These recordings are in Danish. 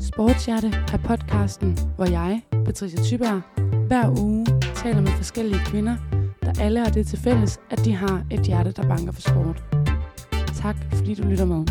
Sportshjerte er podcasten, hvor jeg, Patricia Thyberg, hver uge taler med forskellige kvinder, der alle har det til fælles, at de har et hjerte, der banker for sport. Tak fordi du lytter med.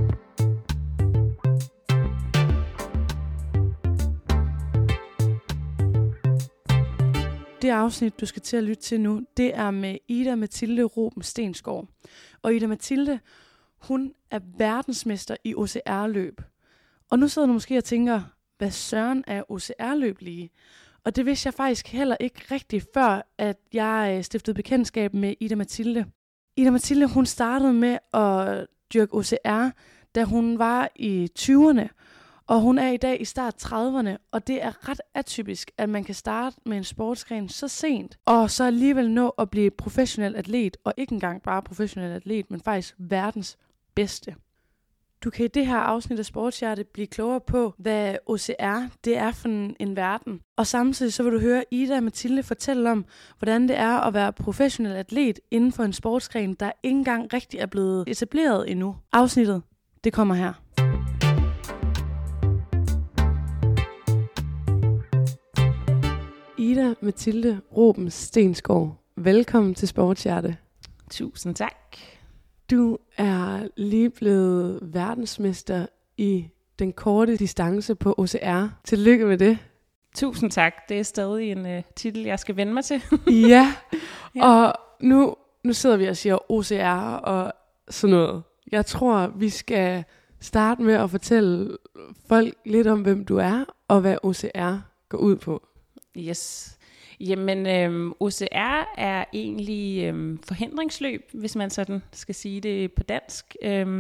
Det afsnit, du skal til at lytte til nu, det er med Ida Mathilde Ruben Stensgaard. Og Ida Mathilde, hun er verdensmester i OCR-løb. Og nu sidder du måske og tænker, hvad søren er OCR-løb lige? Og det vidste jeg faktisk heller ikke rigtigt, før at jeg stiftede bekendtskab med Ida Mathilde. Ida Mathilde, hun startede med at dyrke OCR, da hun var i 20'erne. Og hun er i dag i start 30'erne, og det er ret atypisk, at man kan starte med en sportsgren så sent, og så alligevel nå at blive professionel atlet, og ikke engang bare professionel atlet, men faktisk verdens bedste. Du kan i det her afsnit af Sportshjerte blive klogere på, hvad OCR det er for en verden. Og samtidig så vil du høre Ida Mathilde fortælle om, hvordan det er at være professionel atlet inden for en sportsgren, der ikke engang rigtig er blevet etableret endnu. Afsnittet, det kommer her. Ida Mathilde Ruben Stensgaard, velkommen til Sportshjerte. Tusind tak. Du er lige blevet verdensmester i den korte distance på OCR. Tillykke med det. Tusind tak. Det er stadig en titel, jeg skal vende mig til. Ja, og nu sidder vi og siger OCR og sådan noget. Jeg tror, vi skal starte med at fortælle folk lidt om, hvem du er, og hvad OCR går ud på. Yes. Jamen, OCR er egentlig forhindringsløb, hvis man sådan skal sige det på dansk.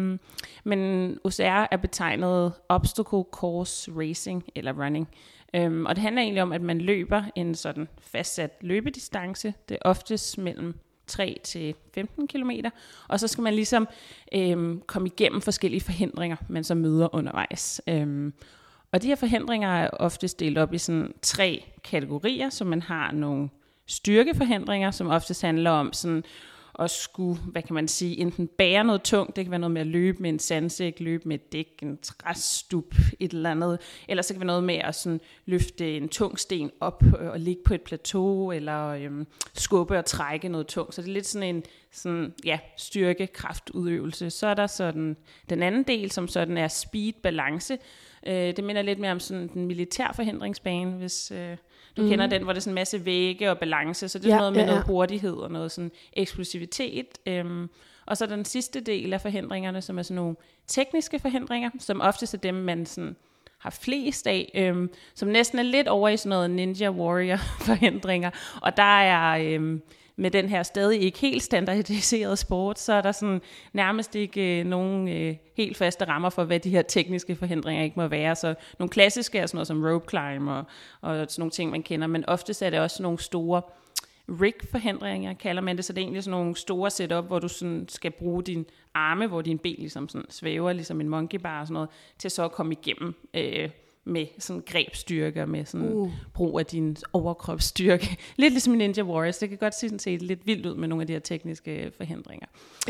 Men OCR er betegnet Obstacle Course Racing eller Running. Og det handler egentlig om, at man løber en sådan fastsat løbedistance. Det er oftest mellem 3 til 15 kilometer. Og så skal man ligesom komme igennem forskellige forhindringer, man så møder undervejs. Og de her forhindringer er oftest delt op i sådan 3 kategorier, så man har nogle styrkeforhindringer, som oftest handler om sådan at skulle, hvad kan man sige, enten bære noget tungt, det kan være noget med at løbe med en sandsæk, løbe med et dæk, en træstup, et eller andet, eller så kan det være noget med at sådan løfte en tung sten op og ligge på et plateau, eller skubbe og trække noget tungt. Så det er lidt sådan en styrkekraftudøvelse. Så er der sådan den anden del, som sådan er speed balance. Det minder lidt mere om sådan den militær forhindringsbane, hvis du kender den, hvor det er sådan en masse vægge og balance, så det er sådan noget med noget hurtighed og noget sådan eksplosivitet. Og så den sidste del af forhindringerne, som er sådan nogle tekniske forhindringer, som oftest er dem, man sådan har flest af, som næsten er lidt over i sådan noget Ninja Warrior forhindringer. Og der er med den her stadig ikke helt standardiserede sport, så er der sådan nærmest ikke nogen helt faste rammer for, hvad de her tekniske forhindringer ikke må være. Så nogle klassiske er sådan noget som rope climb og sådan nogle ting, man kender, men oftest er det også nogle store rig-forhindringer, kalder man det. Så det er egentlig sådan nogle store setup, hvor du sådan skal bruge dine arme, hvor din ben ligesom sådan svæver, ligesom en monkey bar og sådan noget, til så at komme igennem med sådan grebstyrke og med sådan brug af din overkropsstyrke. Lidt ligesom en Ninja Warriors. Det kan godt se lidt vildt ud med nogle af de her tekniske forhindringer.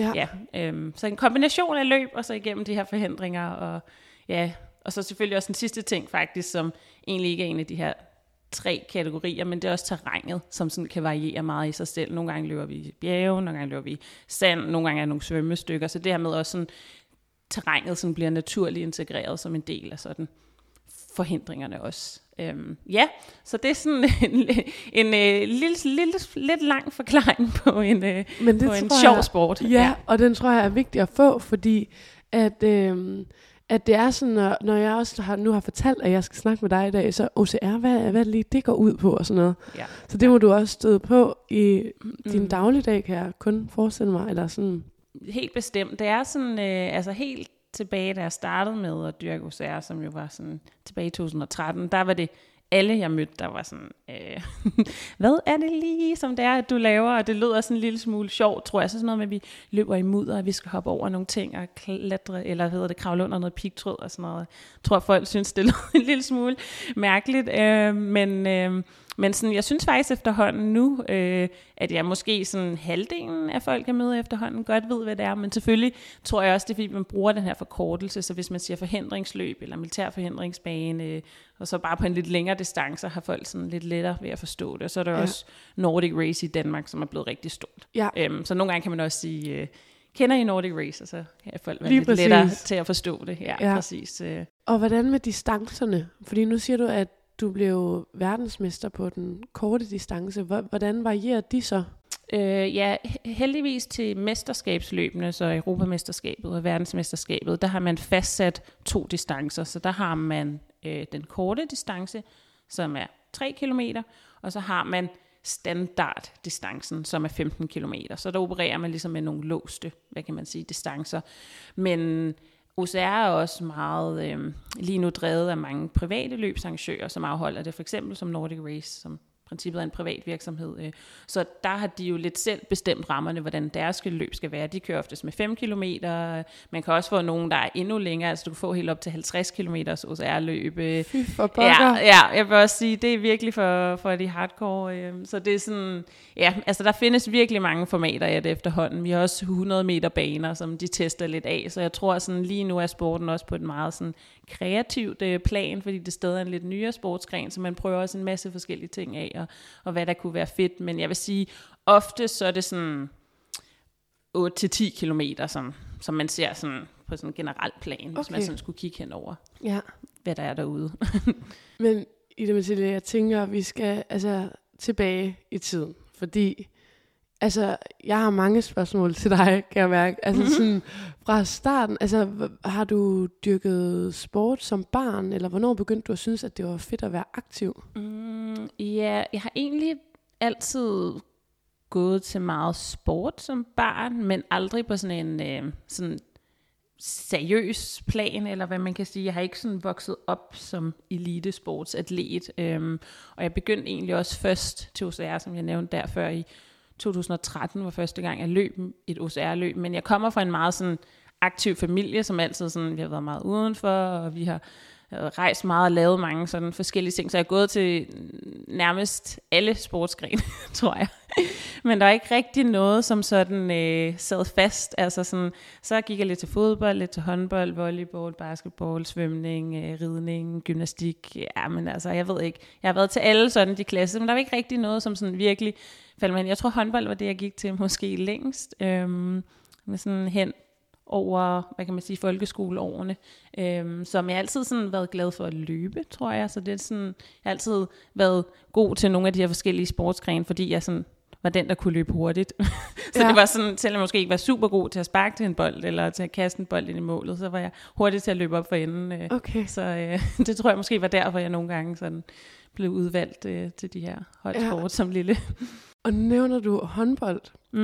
Så en kombination af løb og så igennem de her forhindringer. Og så selvfølgelig også den sidste ting faktisk, som egentlig ikke er en af de her 3 kategorier, men det er også terrænet, som sådan kan variere meget i sig selv. Nogle gange løber vi i bjerge, nogle gange løber vi i sand, nogle gange er nogle svømmestykker. Så det her med også sådan, terrænet sådan bliver naturligt integreret som en del af sådan forhindringerne også. Så det er sådan en lidt lang forklaring på en sjov sport. Ja, og den tror jeg er vigtig at få, fordi at det er sådan, når jeg også nu har fortalt, at jeg skal snakke med dig i dag, så OCR, hvad lige det går ud på og sådan noget. Ja. Så det må du også støde på i din dagligdag, kan jeg kun forestille mig, eller sådan. Helt bestemt. Det er sådan, helt tilbage, da jeg startede med at dyrke OCR, som jo var sådan tilbage i 2013, der var det alle, jeg mødte, der var sådan, hvad er det lige, som det er, at du laver? Og det lød sådan en lille smule sjovt, tror jeg. Så sådan noget med, at vi løber i mudder, og vi skal hoppe over nogle ting og klatre, eller kravle under noget pigtråd og sådan noget. Jeg tror, folk synes, det lød en lille smule mærkeligt. Men sådan, jeg synes faktisk efterhånden nu, at jeg måske sådan halvdelen af folk, jeg møder efterhånden, godt ved, hvad det er. Men selvfølgelig tror jeg også, det er, fordi man bruger den her forkortelse. Så hvis man siger forhindringsløb eller militær forhindringsbane, og så bare på en lidt længere distance, har folk sådan lidt lettere ved at forstå det. Og så er der også Nordic Race i Danmark, som er blevet rigtig stort. Ja. Så nogle gange kan man også sige, kender I Nordic Race? Og så kan folk være lidt lettere til at forstå det. Ja, præcis. Og hvordan med distancerne? Fordi nu siger du, at du blev verdensmester på den korte distance. Hvordan varierer de så? Heldigvis til mesterskabsløbene, så Europamesterskabet og verdensmesterskabet, der har man fastsat 2 distancer. Så der har man den korte distance, som er 3 kilometer, og så har man standarddistancen, som er 15 kilometer. Så der opererer man ligesom med nogle låste, distancer. Men OCR er også meget lige nu drevet af mange private løbsarrangører, som afholder det, for eksempel som Nordic Race, som princippet er en privat virksomhed. Så der har de jo lidt selv bestemt rammerne, hvordan deres løb skal være. De kører oftest med 5 kilometer. Man kan også få nogen, der er endnu længere. Altså du kan få helt op til 50 kilometers OCR-løb. Fy for pokker. Ja, jeg vil også sige, det er virkelig for de hardcore. Så det er sådan, altså der findes virkelig mange formater af det efterhånden. Vi har også 100 meter baner, som de tester lidt af. Så jeg tror sådan lige nu er sporten også på et meget sådan kreativt plan, fordi det stadig er en lidt nyere sportsgren, så man prøver også en masse forskellige ting af, og hvad der kunne være fedt. Men jeg vil sige, ofte så er det sådan 8-10 kilometer, som man ser sådan på sådan en generel plan, hvis man sådan skulle kigge henover, hvad der er derude. Men Ida Mathilde, jeg tænker, vi skal tilbage i tiden, fordi jeg har mange spørgsmål til dig, kan jeg mærke. Sådan fra starten, har du dyrket sport som barn, eller hvornår begyndte du at synes, at det var fedt at være aktiv? Jeg har egentlig altid gået til meget sport som barn, men aldrig på sådan en sådan seriøs plan, eller hvad man kan sige. Jeg har ikke sådan vokset op som elitesportsatlet, og jeg begyndte egentlig også først til OCR, som jeg nævnte der før i 2013 var første gang, jeg løb et OCR-løb, men jeg kommer fra en meget sådan aktiv familie, som altid sådan, vi har været meget udenfor, og vi har rejst meget og lavet mange sådan forskellige ting, så jeg er gået til nærmest alle sportsgrene, tror jeg. Men der er ikke rigtig noget, som sådan sad fast. Så gik jeg lidt til fodbold, lidt til håndbold, volleyball, basketball, svømning, ridning, gymnastik. Ja, men jeg ved ikke. Jeg har været til alle sådan de klasser, men der var ikke rigtig noget, som sådan virkelig faldt mig hen. Jeg tror, håndbold var det, jeg gik til måske længst. Med sådan hen over, folkeskoleårene. Som jeg altid sådan været glad for at løbe, tror jeg. Så det er sådan, jeg har altid været god til nogle af de her forskellige sportsgrene, fordi jeg sådan var den, der kunne løbe hurtigt. Så det var sådan, selvom jeg måske ikke var super god til at sparke til en bold, eller til at kaste en bold ind i målet, så var jeg hurtig til at løbe op for enden. Så det tror jeg måske var derfor, jeg nogle gange sådan blev udvalgt til de her holdsport som lille. Og nævner du håndbold.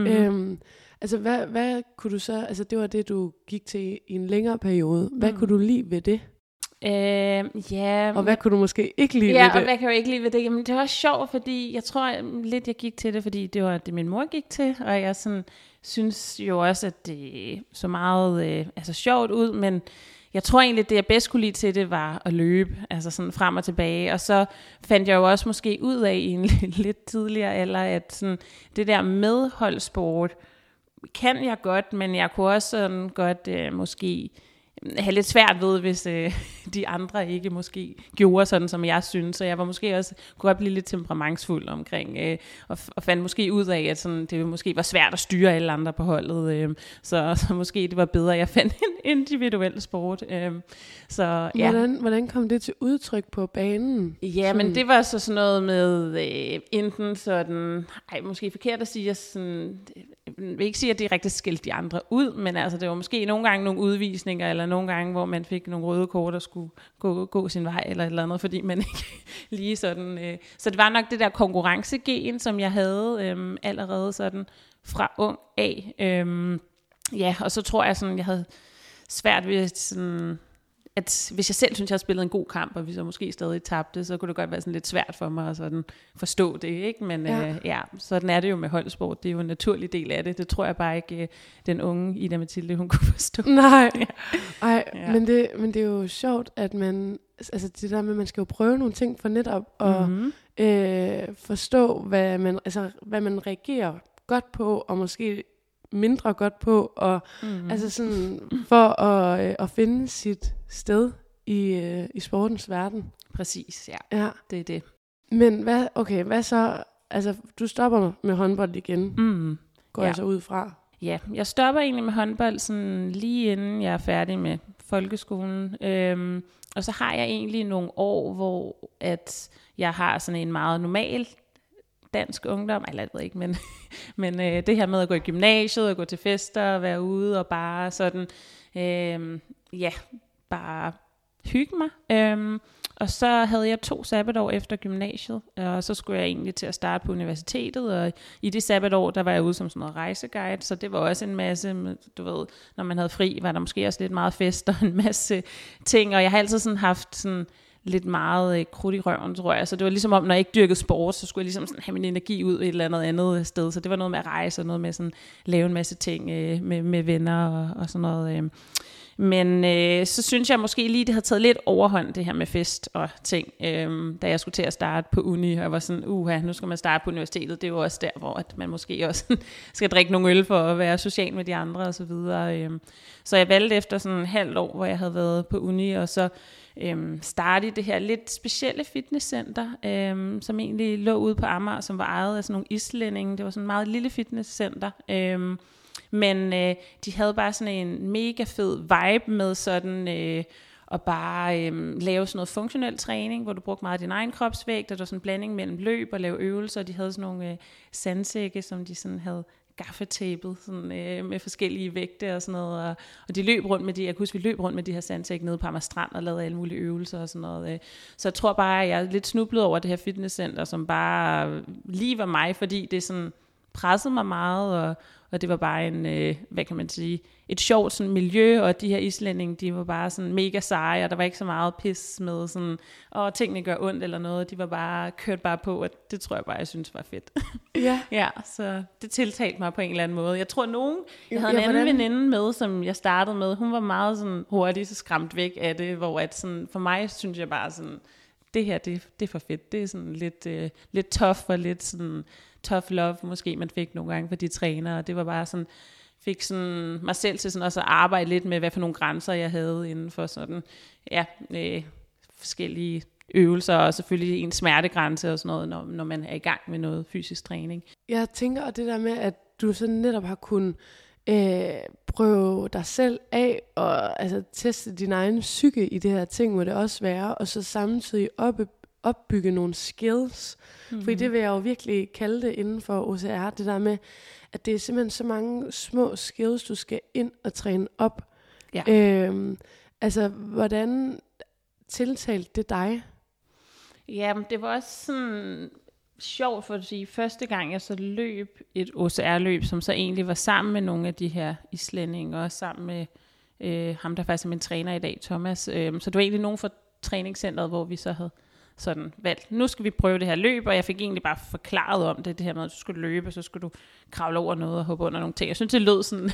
Hvad kunne du så, det var det, du gik til i en længere periode. Hvad kunne du lide ved det? Og hvad kunne du måske ikke lide ved det? Ja, og hvad kan jeg ikke lide ved det? Jamen, det var sjovt, fordi jeg tror lidt, jeg gik til det, fordi det var det, min mor gik til. Og jeg sådan, synes jo også, at det så meget sjovt ud, men jeg tror egentlig, det jeg bedst kunne lide til det, var at løbe, sådan frem og tilbage. Og så fandt jeg jo også måske ud af i en lidt tidligere alder, at sådan, det der medholdsport kan jeg godt, men jeg kunne også sådan godt måske have lidt svært ved, hvis de andre ikke måske gjorde sådan, som jeg synes. Så jeg var måske også, kunne godt blive lidt temperamentsfuld omkring, og fandt måske ud af, at sådan, det måske var svært at styre alle andre på holdet. Så måske det var bedre, at jeg fandt en individuel sport. Hvordan kom det til udtryk på banen? Ja, men det var så sådan noget med enten sådan, måske forkert at sige, sådan, jeg vil ikke sige, at det rigtig skilte de andre ud, men det var måske nogle gange nogle udvisninger, eller nogle gange, hvor man fik nogle røde kort, og skulle gå sin vej, eller et eller andet, fordi man ikke lige sådan... Så det var nok det der konkurrencegen, som jeg havde allerede sådan fra ung af. Og så tror jeg sådan, jeg havde svært ved sådan... at hvis jeg selv synes, jeg har spillet en god kamp, og vi så måske stadig tabte, så kunne det godt være sådan lidt svært for mig at sådan forstå det, ikke? Men sådan er det jo med holdsport. Det er jo en naturlig del af det. Det tror jeg bare ikke, den unge Ida Mathilde, hun kunne forstå. Nej, men det er jo sjovt, at man altså det der med, at man skal jo prøve nogle ting for netop at forstå, hvad man reagerer godt på, og måske mindre godt på, og altså sådan for at finde sit sted i sportens verden. Præcis, ja. Det er det. Men hvad så? Altså, du stopper med håndbold igen, går jeg så ud fra. Ja, jeg stopper egentlig med håndbold sådan lige inden jeg er færdig med folkeskolen. Og så har jeg egentlig nogle år, hvor at jeg har sådan en meget normal dansk ungdom, eller jeg ved ikke, men det her med at gå i gymnasiet, og gå til fester, og være ude, og bare sådan, bare hygge mig. Og så havde jeg 2 sabbatår efter gymnasiet, og så skulle jeg egentlig til at starte på universitetet, og i det sabbatår, der var jeg ude som sådan noget rejseguide, så det var også en masse, du ved, når man havde fri, var der måske også lidt meget fest og en masse ting, og jeg har altid sådan haft sådan lidt meget krudt i røven, tror jeg, så det var ligesom om, når jeg ikke dyrkede sport, så skulle jeg ligesom sådan have min energi ud et eller andet sted, så det var noget med at rejse, og noget med sådan lave en masse ting med venner og sådan noget. Men så synes jeg måske lige, det havde taget lidt overhånd, det her med fest og ting, da jeg skulle til at starte på uni, og jeg var sådan, nu skal man starte på universitetet, det er jo også der, hvor at man måske også skal drikke nogle øl for at være social med de andre og så videre. Så jeg valgte efter sådan et halvt år, hvor jeg havde været på uni, og så starte i det her lidt specielle fitnesscenter, som egentlig lå ude på Amager, som var ejet af sådan nogle islændinge. Det var sådan et meget lille fitnesscenter. Men de havde bare sådan en mega fed vibe med sådan at bare lave sådan noget funktionel træning, hvor du brugte meget af din egen kropsvægt, og der var sådan en blanding mellem løb og lave øvelser. De havde sådan nogle sandsække, som de sådan havde gaffetapet sådan, med forskellige vægte og sådan noget, og de løb rundt med jeg kunne huske, vi løb rundt med de her sandsæk nede på Amager Strand og lavede alle mulige øvelser og sådan noget. Så jeg tror bare, at jeg er lidt snublet over det her fitnesscenter, som bare lige var mig, fordi det sådan pressede mig meget, og det var bare en, hvad kan man sige, et sjovt sådan miljø, og de her islændinge, de var bare sådan mega seje, og der var ikke så meget pis med sådan, tingene gør ondt eller noget, de var bare, kørt bare på, og det tror jeg bare, jeg synes var fedt. Ja. Ja, så det tiltalte mig på en eller anden måde. Jeg tror jeg havde en anden veninde med, som jeg startede med, hun var meget sådan hurtigt så skræmt væk af det, hvor at sådan, for mig synes jeg bare sådan, det her, det er for fedt, det er sådan lidt tough og lidt sådan tough love, måske man fik nogle gange for de trænere, og det var bare sådan, fik sådan mig selv til sådan også at arbejde lidt med, hvad for nogle grænser jeg havde inden for sådan, forskellige øvelser, og selvfølgelig en smertegrænse og sådan noget, når man er i gang med noget fysisk træning. Jeg tænker, og det der med, at du sådan netop har kunnet prøve dig selv af, og altså teste din egen psyke i det her ting, må det også være, og så samtidig opbygge nogle skills. Fordi det vil jeg jo virkelig kalde det inden for OCR, det der med, at det er simpelthen så mange små skills, du skal ind og træne op. Ja. Altså, hvordan tiltalte det dig? Ja, det var også sådan sjovt, for at sige, første gang jeg så løb et OCR-løb, som så egentlig var sammen med nogle af de her islændinge, og sammen med ham, der faktisk er min træner i dag, Thomas. Så det var egentlig nogen fra træningscenteret, hvor vi så havde sådan valgt, nu skal vi prøve det her løb, og jeg fik egentlig bare forklaret om det her med, at du skulle løbe, og så skulle du kravle over noget og hoppe under nogle ting. Jeg synes, det lød sådan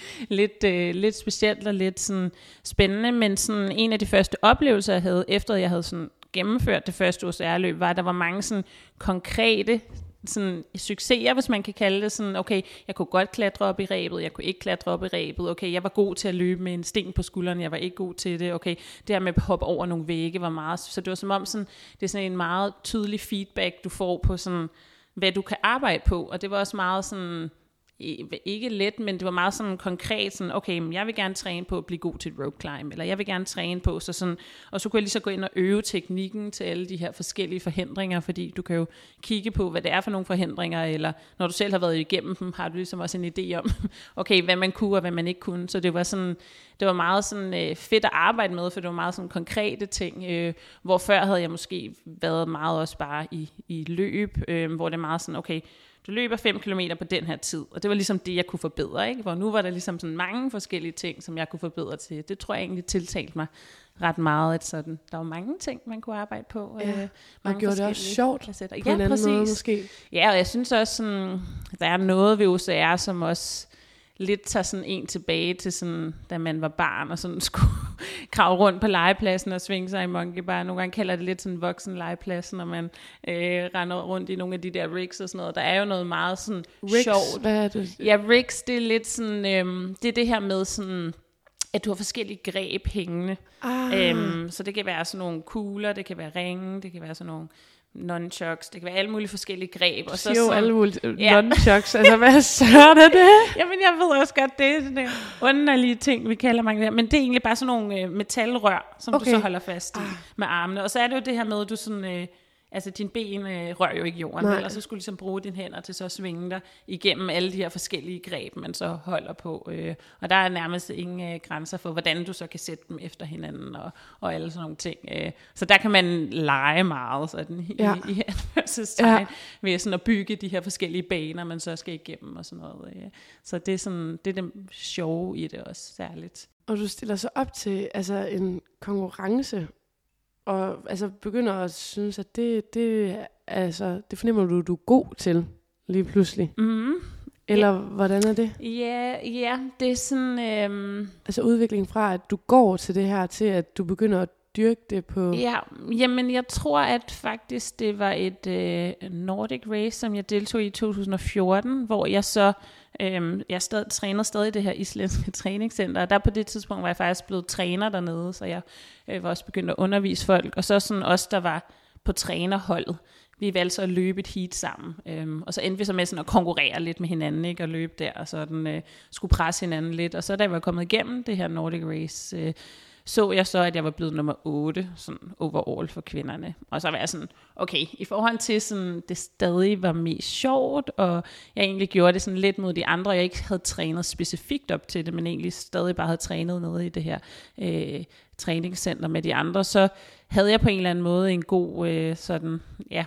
lidt specielt og lidt sådan spændende, men sådan en af de første oplevelser, jeg havde, efter jeg havde sådan gennemført det første OCR-løb, var, at der var mange sådan konkrete sådan succeser, hvis man kan kalde det sådan, okay, jeg kunne godt klatre op i rebet, jeg kunne ikke klatre op i rebet, okay, jeg var god til at løbe med en sten på skulderen, jeg var ikke god til det, okay, det her med at hoppe over nogle vægge var meget, så det var som om sådan, det er sådan en meget tydelig feedback, du får på sådan, hvad du kan arbejde på, og det var også meget sådan, ikke let, men det var meget sådan konkret, sådan, okay, jeg vil gerne træne på at blive god til et rope climb, eller jeg vil gerne træne på, så sådan, og så kunne jeg lige så gå ind og øve teknikken til alle de her forskellige forhindringer, fordi du kan jo kigge på, hvad det er for nogle forhindringer, eller når du selv har været igennem dem, har du ligesom også en idé om, okay, hvad man kunne og hvad man ikke kunne, så det var sådan, det var meget sådan fedt at arbejde med, for det var meget sådan konkrete ting, hvor før havde jeg måske været meget også bare i løb, hvor det er meget sådan, okay, du løber 5 kilometer på den her tid, og det var ligesom det, jeg kunne forbedre, ikke? Hvor nu var der ligesom sådan mange forskellige ting, som jeg kunne forbedre til. Det tror jeg egentlig tiltalte mig ret meget, at sådan, der var mange ting, man kunne arbejde på. Ja, man gjorde det også sjovt på en anden måde måske. Ja, og jeg synes også, sådan, der er noget ved OCR, som også lidt tager sådan en tilbage til sådan, da man var barn og sådan skulle kravle rundt på legepladsen og svinge sig i monkey bar. Nogle gange kalder det lidt sådan voksen legeplads, når man render rundt i nogle af de der rigs og sådan noget. Der er jo noget meget sådan rigs, sjovt. Hvad er det? Ja, rigs, det er lidt sådan, det er det her med sådan, at du har forskellige greb hængende. Så det kan være sådan nogle kugler, det kan være ringe, det kan være sådan nogle nunchucks, det kan være alle mulige forskellige greb. Og så alle mulige nunchucks, altså hvad søren er det? Jamen jeg ved også godt, det er sådan en underlige ting, vi kalder mange der, men det er egentlig bare sådan nogle metalrør, som du så holder fast i med armene. Og så er det jo det her med, at du sådan, altså dine ben rører jo ikke jorden, eller så skulle du ligesom bruge dine hænder til så at svinge dig igennem alle de her forskellige greb, man så holder på. Og der er nærmest ingen grænser for, hvordan du så kan sætte dem efter hinanden og alle sådan nogle ting. Så der kan man lege meget sådan, i anførselstegn ved sådan at bygge de her forskellige baner, man så skal igennem og sådan noget. Så det er sådan, det er det sjove i det også særligt. Og du stiller så op til altså en konkurrence, og altså begynder at synes, at det fornemmer du er god til lige pludselig. Mm. Eller hvordan er det? Ja, det er sådan... Altså udviklingen fra, at du går til det her, til at du begynder at dyrke det på... Ja, jamen jeg tror, at faktisk det var et Nordic Race, som jeg deltog i 2014, hvor jeg så... jeg trænede stadig i det her islandske træningscenter, og der på det tidspunkt var jeg faktisk blevet træner dernede, så jeg var også begyndt at undervise folk, og så sådan os, der var på trænerholdet, vi valgte så at løbe et heat sammen, og så endte vi så med sådan at konkurrere lidt med hinanden, ikke, og løbe der, og sådan skulle presse hinanden lidt, og så da jeg var kommet igennem det her Nordic Race, så jeg så, at jeg var blevet nummer 8, sådan overall for kvinderne. Og så var jeg sådan, okay, i forhold til sådan, det stadig var mest sjovt, og jeg egentlig gjorde det sådan lidt mod de andre, jeg ikke havde trænet specifikt op til det, men egentlig stadig bare havde trænet nede i det her træningscenter med de andre, så havde jeg på en eller anden måde en god sådan,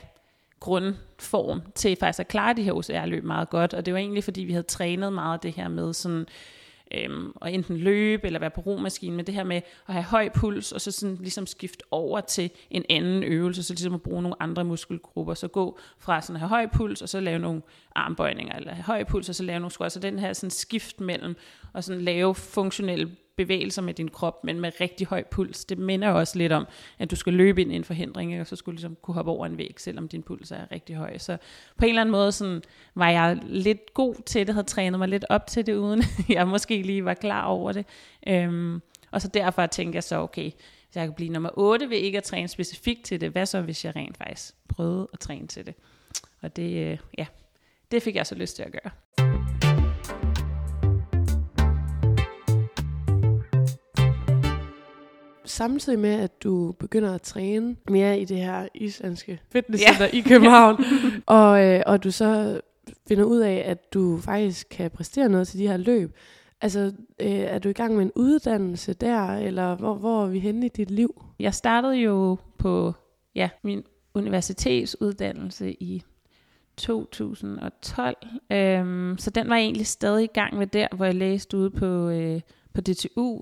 grundform til faktisk at klare de her OCR-løb meget godt, og det var egentlig, fordi vi havde trænet meget af det her med sådan, og enten løbe eller være på romaskinen, med det her med at have høj puls, og så sådan ligesom skifte over til en anden øvelse, så ligesom at bruge nogle andre muskelgrupper, så gå fra sådan at have høj puls, og så lave nogle armbøjninger, eller have høj puls, og så lave nogle squats, så den her sådan skift mellem, og sådan lave funktionelle bevægelser med din krop, men med rigtig høj puls. Det minder jo også lidt om, at du skal løbe ind i en forhindring, og så skulle du ligesom kunne hoppe over en væg, selvom din puls er rigtig høj. Så på en eller anden måde sådan, var jeg lidt god til det, havde trænet mig lidt op til det, uden jeg måske lige var klar over det. Og så derfor tænkte jeg så, okay, hvis jeg kan blive nummer 8 ved ikke at træne specifikt til det, hvad så hvis jeg rent faktisk prøvede at træne til det? Og det, det fik jeg så lyst til at gøre. Samtidig med, at du begynder at træne mere i det her islandske fitnesscenter i København, og du så finder ud af, at du faktisk kan præstere noget til de her løb. Altså, er du i gang med en uddannelse der, eller hvor er vi henne i dit liv? Jeg startede jo på min universitetsuddannelse i 2012, så den var jeg egentlig stadig i gang med der, hvor jeg læste ude på DTU.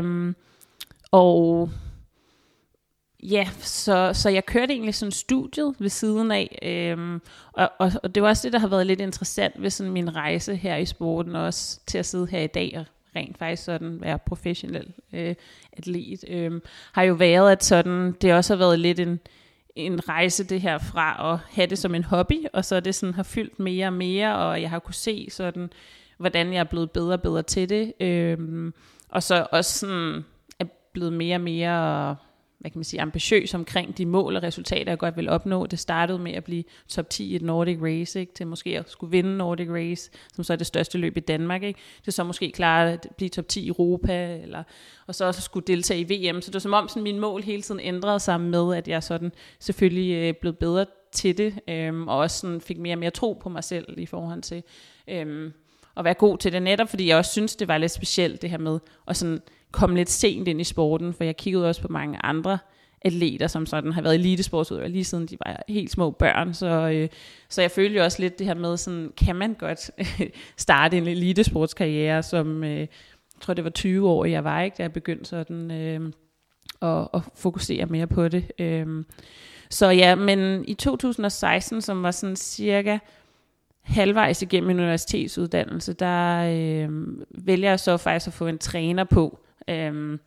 Og ja, så jeg kørte egentlig sådan studiet ved siden af, og det var også det, der har været lidt interessant ved sådan min rejse her i sporten, også til at sidde her i dag og rent faktisk sådan være professionel atlet, har jo været, at sådan, det også har været lidt en rejse det her fra at have det som en hobby, og så det sådan har fyldt mere og mere, og jeg har kunne se sådan, hvordan jeg er blevet bedre og bedre til det, og så også sådan blevet mere og mere, hvad kan man sige, ambitiøs omkring de mål og resultater, jeg godt vil opnå. Det startede med at blive top 10 i et Nordic Race, ikke? Til måske at skulle vinde Nordic Race, som så er det største løb i Danmark, ikke? Det så måske klare at blive top 10 i Europa, og så også skulle deltage i VM. Så det var som om sådan, mine mål hele tiden ændrede sig med, at jeg sådan selvfølgelig blev bedre til det, og også sådan fik mere og mere tro på mig selv i forhold til at være god til det, netop fordi jeg også synes, det var lidt specielt det her med at sådan komme lidt sent ind i sporten, for jeg kiggede også på mange andre atleter, som sådan har været elitesportsudøvere lige siden de var helt små børn, så jeg følte jo også lidt det her med, sådan, kan man godt starte en elitesportskarriere, som jeg tror det var 20 år jeg var, ikke, da jeg begyndte sådan at fokusere mere på det. Så ja, men i 2016, som var sådan cirka halvvejs igennem min universitetsuddannelse, der vælger jeg så faktisk at få en træner på,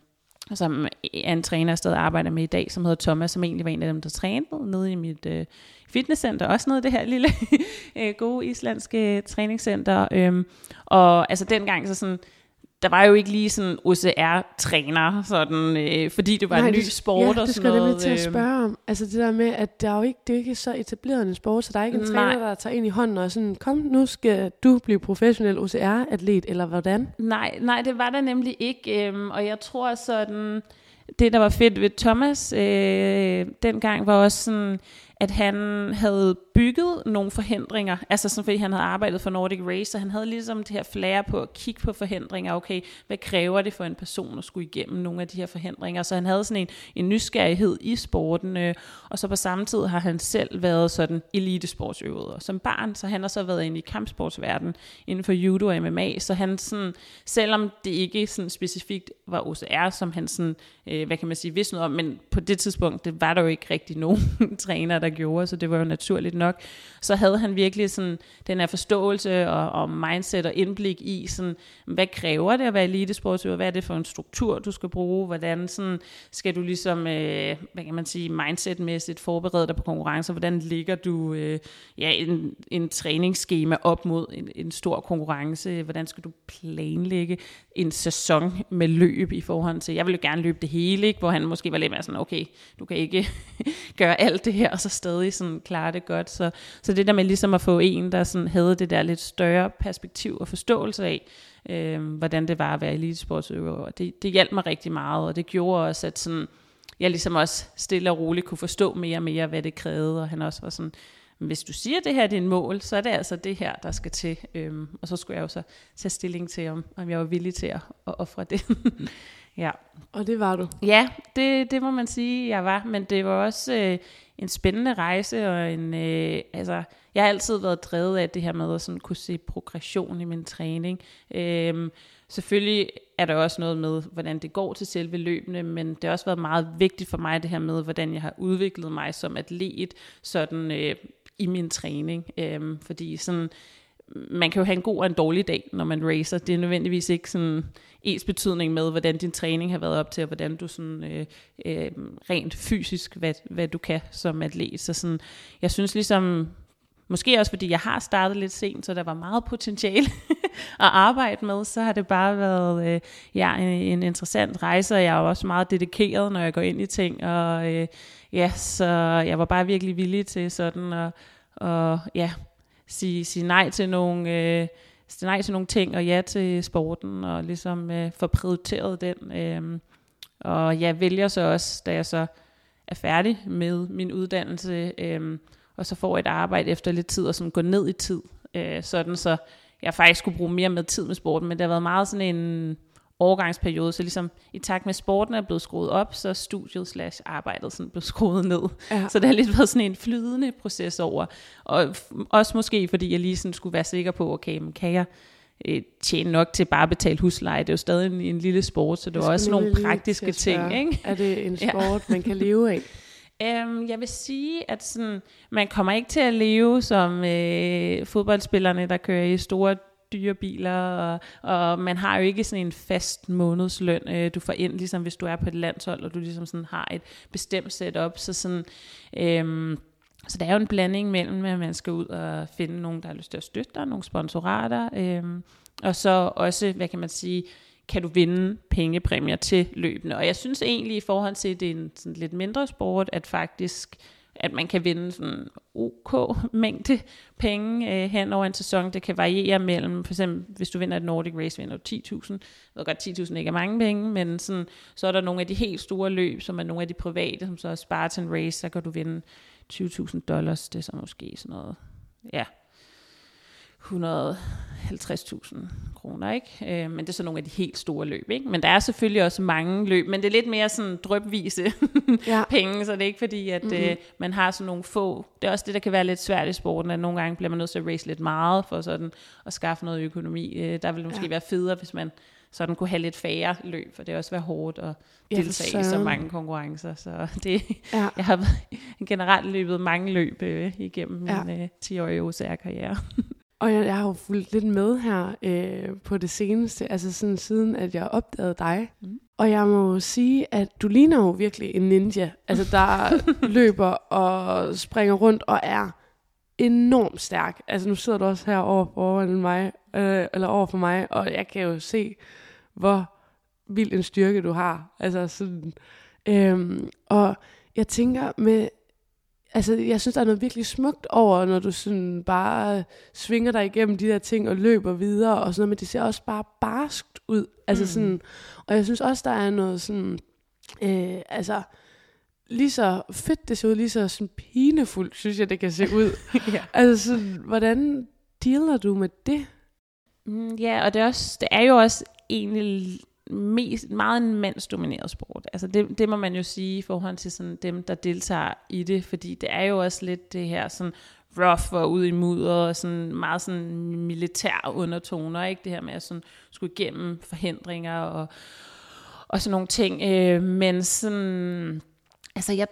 som er en træner, jeg stadig arbejder med i dag, som hedder Thomas, som egentlig var en af dem, der trænede nede i mit fitnesscenter, også nede i det her lille gode islandske træningscenter. Og altså dengang, så sådan, der var jo ikke lige sådan OCR-træner, sådan, fordi det var en ny sport og sådan noget. Ja, det skal jeg til at spørge om. Altså det der med, at der er jo ikke, det er ikke så etableret en sport, så der er ikke en træner, der tager ind i hånden og sådan, kom, nu skal du blive professionel OCR-atlet, eller hvordan? Nej, det var der nemlig ikke, og jeg tror sådan, det der var fedt ved Thomas dengang, var også sådan, at han havde bygget nogle forhindringer, altså sådan, fordi han havde arbejdet for Nordic Race, så han havde ligesom det her flair på at kigge på forhindringer. Okay, hvad kræver det for en person at skulle igennem nogle af de her forhindringer? Så han havde sådan en nysgerrighed i sporten, og så på samme tid har han selv været sådan elitesportsøver som barn, så han har så været inde i kampsportsverdenen inden for judo og MMA, så han sådan, selvom det ikke sådan specifikt var OCR, som han sådan, hvad kan man sige, vidste noget om, men på det tidspunkt, det var der jo ikke rigtig nogen træner, der gjorde, så det var jo naturligt nok. Så havde han virkelig sådan den her forståelse og mindset og indblik i sådan, hvad kræver det at være elitesportsøver? Hvad er det for en struktur, du skal bruge? Hvordan sådan, skal du ligesom, hvad kan man sige, mindsetmæssigt forberede dig på konkurrencer? Hvordan ligger du en træningsskema op mod en stor konkurrence? Hvordan skal du planlægge en sæson med løb i forhold til, jeg vil jo gerne løbe det hele, ikke? Hvor han måske var lidt mere sådan, okay, du kan ikke gøre alt det her, og så stadig sådan klare det godt. Så det der med ligesom at få en, der sådan havde det der lidt større perspektiv og forståelse af, hvordan det var at være elitesportsøver, det hjalp mig rigtig meget, og det gjorde også, at sådan, jeg ligesom også stille og roligt kunne forstå mere og mere, hvad det krævede, og han også var sådan, hvis du siger, det her er din mål, så er det altså det her, der skal til. Og så skulle jeg jo så tage stilling til, om jeg var villig til at ofre det. Ja. Og det var du? Ja, det må man sige, jeg var. Men det var også en spændende rejse, og jeg har altid været drevet af det her med at sådan kunne se progression i min træning. Selvfølgelig er der også noget med, hvordan det går til selve løbene, men det har også været meget vigtigt for mig, det her med, hvordan jeg har udviklet mig som atlet, sådan i min træning. Fordi sådan, man kan jo have en god og en dårlig dag, når man racer. Det er nødvendigvis ikke sådan ens betydning med, hvordan din træning har været op til, og hvordan du sådan rent fysisk, hvad du kan som atlet. Så sådan, jeg synes ligesom, måske også fordi jeg har startet lidt sent, så der var meget potentiale at arbejde med, så har det bare været en interessant rejse, og jeg er også meget dedikeret, når jeg går ind i ting, og så jeg var bare virkelig villig til sådan at sige nej til nogle ting, og ja til sporten, og ligesom få prioriteret den. Og jeg vælger så også, da jeg så er færdig med min uddannelse, og så får et arbejde efter lidt tid, og sådan gå ned i tid, sådan så jeg faktisk skulle bruge mere med tid med sporten, men det har været meget sådan en overgangsperiode, så ligesom i takt med sporten er blevet skruet op, så studiet / arbejdet sådan blevet skruet ned. Ja. Så det har lidt været sådan en flydende proces over, og også måske fordi jeg lige sådan skulle være sikker på, okay, men kan jeg tjene nok til bare at betale husleje? Det er jo stadig en lille sport, så det er også nogle praktiske ting, ikke? Er det en sport, man kan leve af? Jeg vil sige, at sådan, man kommer ikke til at leve som fodboldspillerne, der kører i store dyre biler, og man har jo ikke sådan en fast månedsløn, du får ind, ligesom hvis du er på et landshold, og du ligesom sådan har et bestemt setup, så sådan, så der er jo en blanding mellem, at man skal ud og finde nogen, der har lyst til at støtte dig, nogle sponsorater, og så også, hvad kan man sige, kan du vinde pengepræmier til løbende. Og jeg synes egentlig i forhold til, at det er en sådan lidt mindre sport, at man kan vinde sådan OK mængde penge hen over en sæson. Det kan variere mellem, for eksempel hvis du vinder et Nordic Race, vinder du 10.000. Jeg ved godt, 10.000 ikke er mange penge, men sådan, så er der nogle af de helt store løb, som er nogle af de private, som så er Spartan Race, så kan du vinde $20,000. Det er så måske sådan noget, ja, 150.000 kroner, ikke? Men det er så nogle af de helt store løb, ikke? Men der er selvfølgelig også mange løb, men det er lidt mere sådan drypvise penge, så det er ikke fordi, at man har sådan nogle få. Det er også det, der kan være lidt svært i sporten, at nogle gange bliver man nødt til at race lidt meget, for sådan at skaffe noget økonomi. Der vil måske være federe, hvis man sådan kunne have lidt færre løb, for det er også være hårdt at deltage i så mange konkurrencer. Så det, jeg har generelt løbet mange løb igennem min 10-årige OCR-karriere. Og jeg har jo fulgt lidt med her på det seneste, altså sådan siden, at jeg opdagede dig. Og jeg må sige, at du ligner jo virkelig en ninja. Altså, der løber og springer rundt og er enormt stærk. Altså, nu sidder du også her over for mig, og jeg kan jo se, hvor vild en styrke du har. Altså, sådan, og jeg tænker jeg synes, der er noget virkelig smukt over, når du sådan bare svinger dig igennem de der ting og løber videre og sådan noget, men det ser også bare barskt ud. Altså sådan, og jeg synes også, der er noget sådan, lige så fedt det ser ud, lige så sådan pinefuldt, synes jeg, det kan se ud. Ja. Altså sådan, hvordan dealer du med det? Ja, og det er jo også egentlig meget en mandsdomineret sport. Altså det må man jo sige i forhold til sådan dem, der deltager i det, fordi det er jo også lidt det her sådan rough og ud i mudder og sådan meget sådan militær undertoner, ikke? Det her med at sådan skulle igennem forhindringer og sådan nogle ting. Men sådan, altså jeg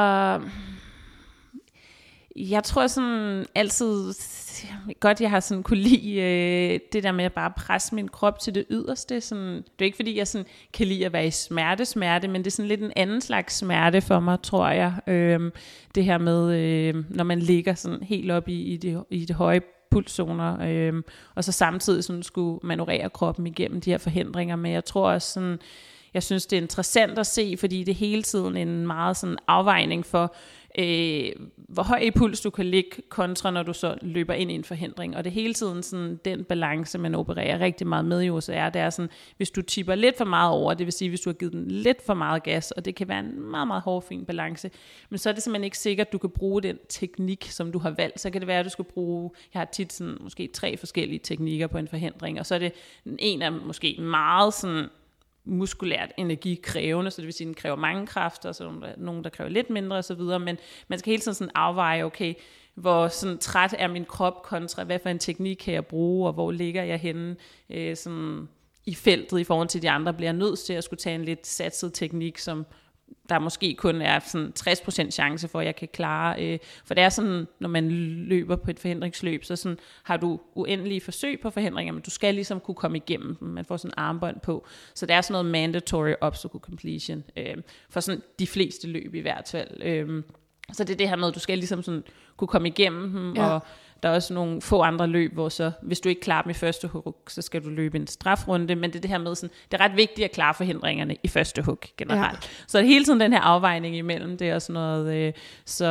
tror sådan altid godt, jeg har sådan kunne lide det der med at bare presse min krop til det yderste. Sådan, det er ikke fordi, jeg sådan kan lide at være i smerte, men det er sådan lidt en anden slags smerte for mig, tror jeg. Det her med, når man ligger sådan helt op i det høje pulszoner, og så samtidig sådan skulle manøvrere kroppen igennem de her forhindringer. Men jeg tror også sådan, jeg synes, det er interessant at se, fordi det er hele tiden en meget sådan afvejning for, hvor høj i puls du kan ligge kontra, når du så løber ind i en forhindring. Og det er hele tiden sådan, den balance, man opererer rigtig meget med i OCR, det er sådan, hvis du tipper lidt for meget over, det vil sige, hvis du har givet den lidt for meget gas, og det kan være en meget, meget hård, fin balance, men så er det simpelthen ikke sikkert, at du kan bruge den teknik, som du har valgt. Så kan det være, at du skal bruge, jeg har tit sådan, måske 3 forskellige teknikker på en forhindring, og så er det en af måske meget sådan muskulært energikrævende, så det vil sige, at den kræver mange kræfter, og så nogle, der kræver lidt mindre osv., men man skal hele tiden sådan afveje, okay, hvor sådan træt er min krop kontra, hvad for en teknik kan jeg bruge, og hvor ligger jeg henne sådan i feltet i forhold til de andre, bliver jeg nødt til at skulle tage en lidt satset teknik, som der måske kun er sådan 60% chance for, at jeg kan klare. For det er sådan, når man løber på et forhindringsløb, så sådan, har du uendelige forsøg på forhindringer, men du skal ligesom kunne komme igennem dem. Man får sådan en armbånd på. Så det er sådan noget mandatory obstacle completion, for sådan de fleste løb i hvert fald. Så det er det her med, at du skal ligesom sådan kunne komme igennem dem, ja. Og der er også nogle få andre løb, hvor så, hvis du ikke klarer dem i første hug, så skal du løbe en strafrunde, men det er det her med sådan, det er ret vigtigt at klare forhindringerne i første hug generelt. Ja. Så det er hele tiden den her afvejning imellem det og sådan noget, så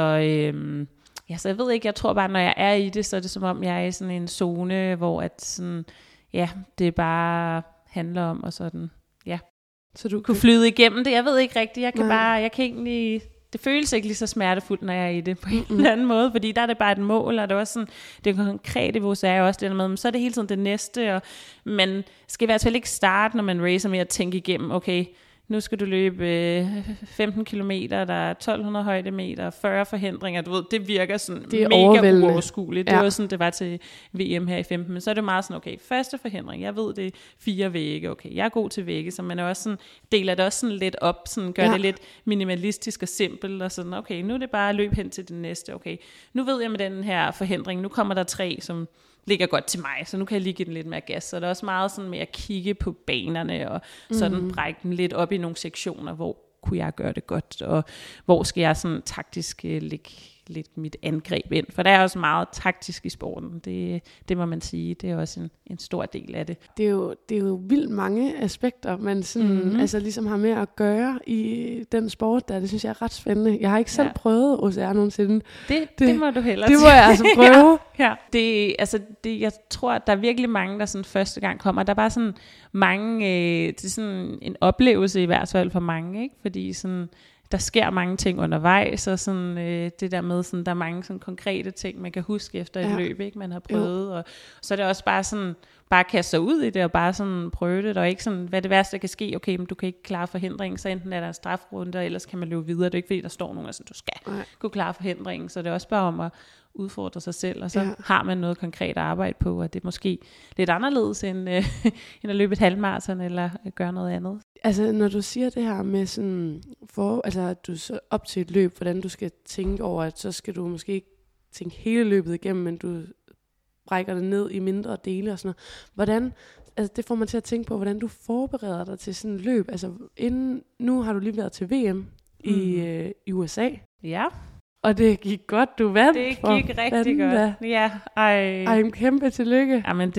jeg ved ikke, jeg tror bare, når jeg er i det, så er det som om, jeg er i sådan en zone, hvor at sådan, ja, det bare handler om, og sådan, ja. Så du kunne flyde igennem det, jeg ved ikke rigtigt, jeg kan egentlig, det føles ikke lige så smertefuldt, når jeg er i det på en eller anden måde, fordi der er det bare et mål, og det er også sådan, det konkrete hvor er også det der med, men så er det hele tiden det næste, og man skal i hvert fald ikke starte, når man racer med at tænke igennem, okay, nu skal du løbe 15 kilometer, der er 1200 højdemeter, 40 forhindringer, du ved, det virker sådan det mega uoverskueligt. Det var sådan, det var til VM her i 15, men så er det meget sådan, okay, første forhindring, jeg ved, det er 4 vægge, okay, jeg er god til vægge, så man er også sådan, deler det også sådan lidt op, sådan gør det lidt minimalistisk og simpelt, og sådan, okay, nu er det bare at løbe hen til det næste, okay, nu ved jeg med den her forhindring, nu kommer der 3, som ligger godt til mig, så nu kan jeg lige give den lidt mere gas. Så det er også meget sådan med at kigge på banerne, og sådan brække dem lidt op i nogle sektioner, hvor kunne jeg gøre det godt, og hvor skal jeg sådan taktisk lægge mit angreb ind. For der er også meget taktisk i sporten, det må man sige, det er også en stor del af det. Det er jo vildt mange aspekter, man sådan, altså ligesom har med at gøre i den sport der, det synes jeg er ret spændende. Jeg har ikke selv prøvet OCR nogensinde. Det må du hellere. Det må jeg altså prøve. Jeg tror, at der er virkelig mange, der sådan første gang kommer. Der er bare sådan mange, det er sådan en oplevelse i hvert fald for mange, ikke? Fordi sådan, der sker mange ting undervejs, og sådan, det der med, sådan, der er mange sådan, konkrete ting, man kan huske efter et løb, ikke, man har prøvet. Og så er det også bare sådan, bare kaste sig ud i det, og bare sådan prøve det. Der er ikke sådan, hvad det værste, der kan ske, okay, men du kan ikke klare forhindringen, så enten er der en strafrunde, og ellers kan man løbe videre. Det er ikke fordi, der står nogen, og sådan, du skal kunne klare forhindringen. Så det er også bare om at udfordre sig selv, og så har man noget konkret at arbejde på, og det er måske lidt anderledes end at løbe et halvmarathon eller gøre noget andet. Altså når du siger det her med sådan, at du så op til et løb, hvordan du skal tænke over, at så skal du måske ikke tænke hele løbet igennem, men du brækker det ned i mindre dele og sådan noget. Hvordan altså, det får mig til at tænke på, hvordan du forbereder dig til sådan et løb. Altså, nu har du lige været til VM i USA. Ja. Og det gik godt, du vandt. Det gik rigtig godt. Ja, ej, en kæmpe tillykke. Jamen,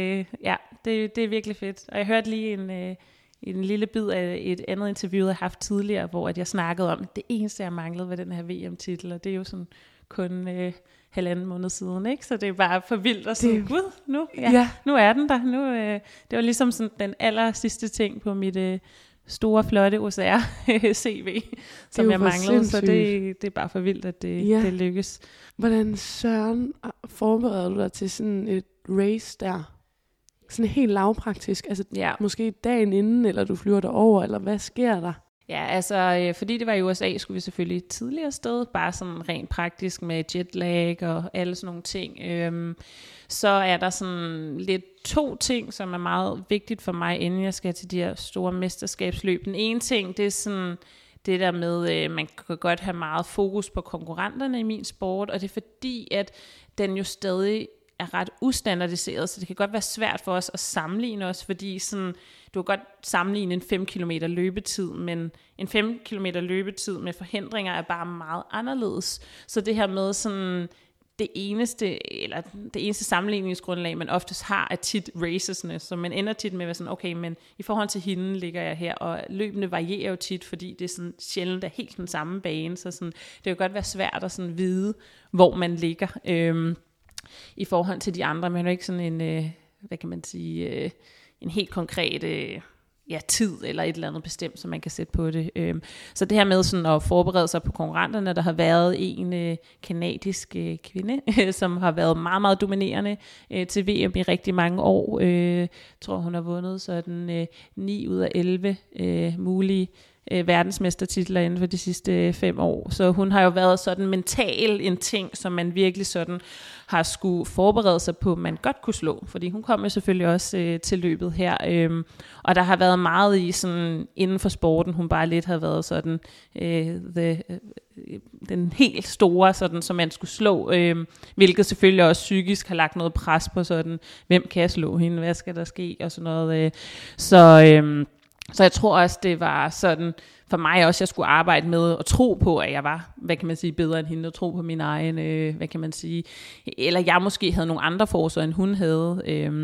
det er virkelig fedt. Og jeg hørte lige en lille bid af et andet interview, jeg har haft tidligere, hvor at jeg snakkede om, det eneste, jeg manglede, var den her VM-titel, og det er jo sådan kun 1,5 måned siden, ikke? Så det er bare for vildt at sige, gud, nu er den der. Det var ligesom sådan den aller sidste ting på mit store, flotte OCR-CV, som jeg manglede, sindssygt. Så det er bare for vildt, at det lykkes. Hvordan søren forbereder du dig til sådan et race der? Sådan helt lavpraktisk, altså måske dagen inden, eller du flyver derover, eller hvad sker der? Ja, altså fordi det var i USA, skulle vi selvfølgelig tidligere sted, bare sådan rent praktisk med jetlag og alle sådan nogle ting. Så er der sådan lidt 2 ting, som er meget vigtigt for mig, inden jeg skal til de her store mesterskabsløb. Den ene ting, det er sådan det der med, man kan godt have meget fokus på konkurrenterne i min sport, og det er fordi, at den jo stadig er ret ustandardiseret, så det kan godt være svært for os at sammenligne os, fordi sådan, du kan godt sammenligne en 5 km løbetid, men en 5 km løbetid med forhindringer er bare meget anderledes. Så det her med sådan, det eneste sammenligningsgrundlag, man oftest har, er tit racesne, så man ender tit med at være sådan, okay, men i forhold til hende ligger jeg her, og løbende varierer jo tit, fordi det er sådan sjældent er helt den samme bane, så sådan, det kan godt være svært at sådan vide, hvor man ligger, i forhold til de andre, men jo ikke sådan en, hvad kan man sige, en helt konkret tid eller et eller andet bestemt, som man kan sætte på det. Så det her med sådan at forberede sig på konkurrenterne, der har været en kanadisk kvinde, som har været meget, meget dominerende til VM i rigtig mange år. Jeg tror, hun har vundet sådan 9 ud af 11 mulige verdensmestertitler inden for de sidste 5 år. Så hun har jo været sådan mental en ting, som man virkelig sådan har skulle forberede sig på, man godt kunne slå. Fordi hun kom jo selvfølgelig også til løbet her. Og der har været meget i sådan inden for sporten, hun bare lidt har været sådan den helt store, sådan, som man skulle slå. Hvilket selvfølgelig også psykisk har lagt noget pres på sådan, hvem kan jeg slå hende, hvad skal der ske, og sådan noget. Så jeg tror også, det var sådan, for mig også, jeg skulle arbejde med at tro på, at jeg var, hvad kan man sige, bedre end hende, og tro på min egen, hvad kan man sige, eller jeg måske havde nogle andre forser, end hun havde.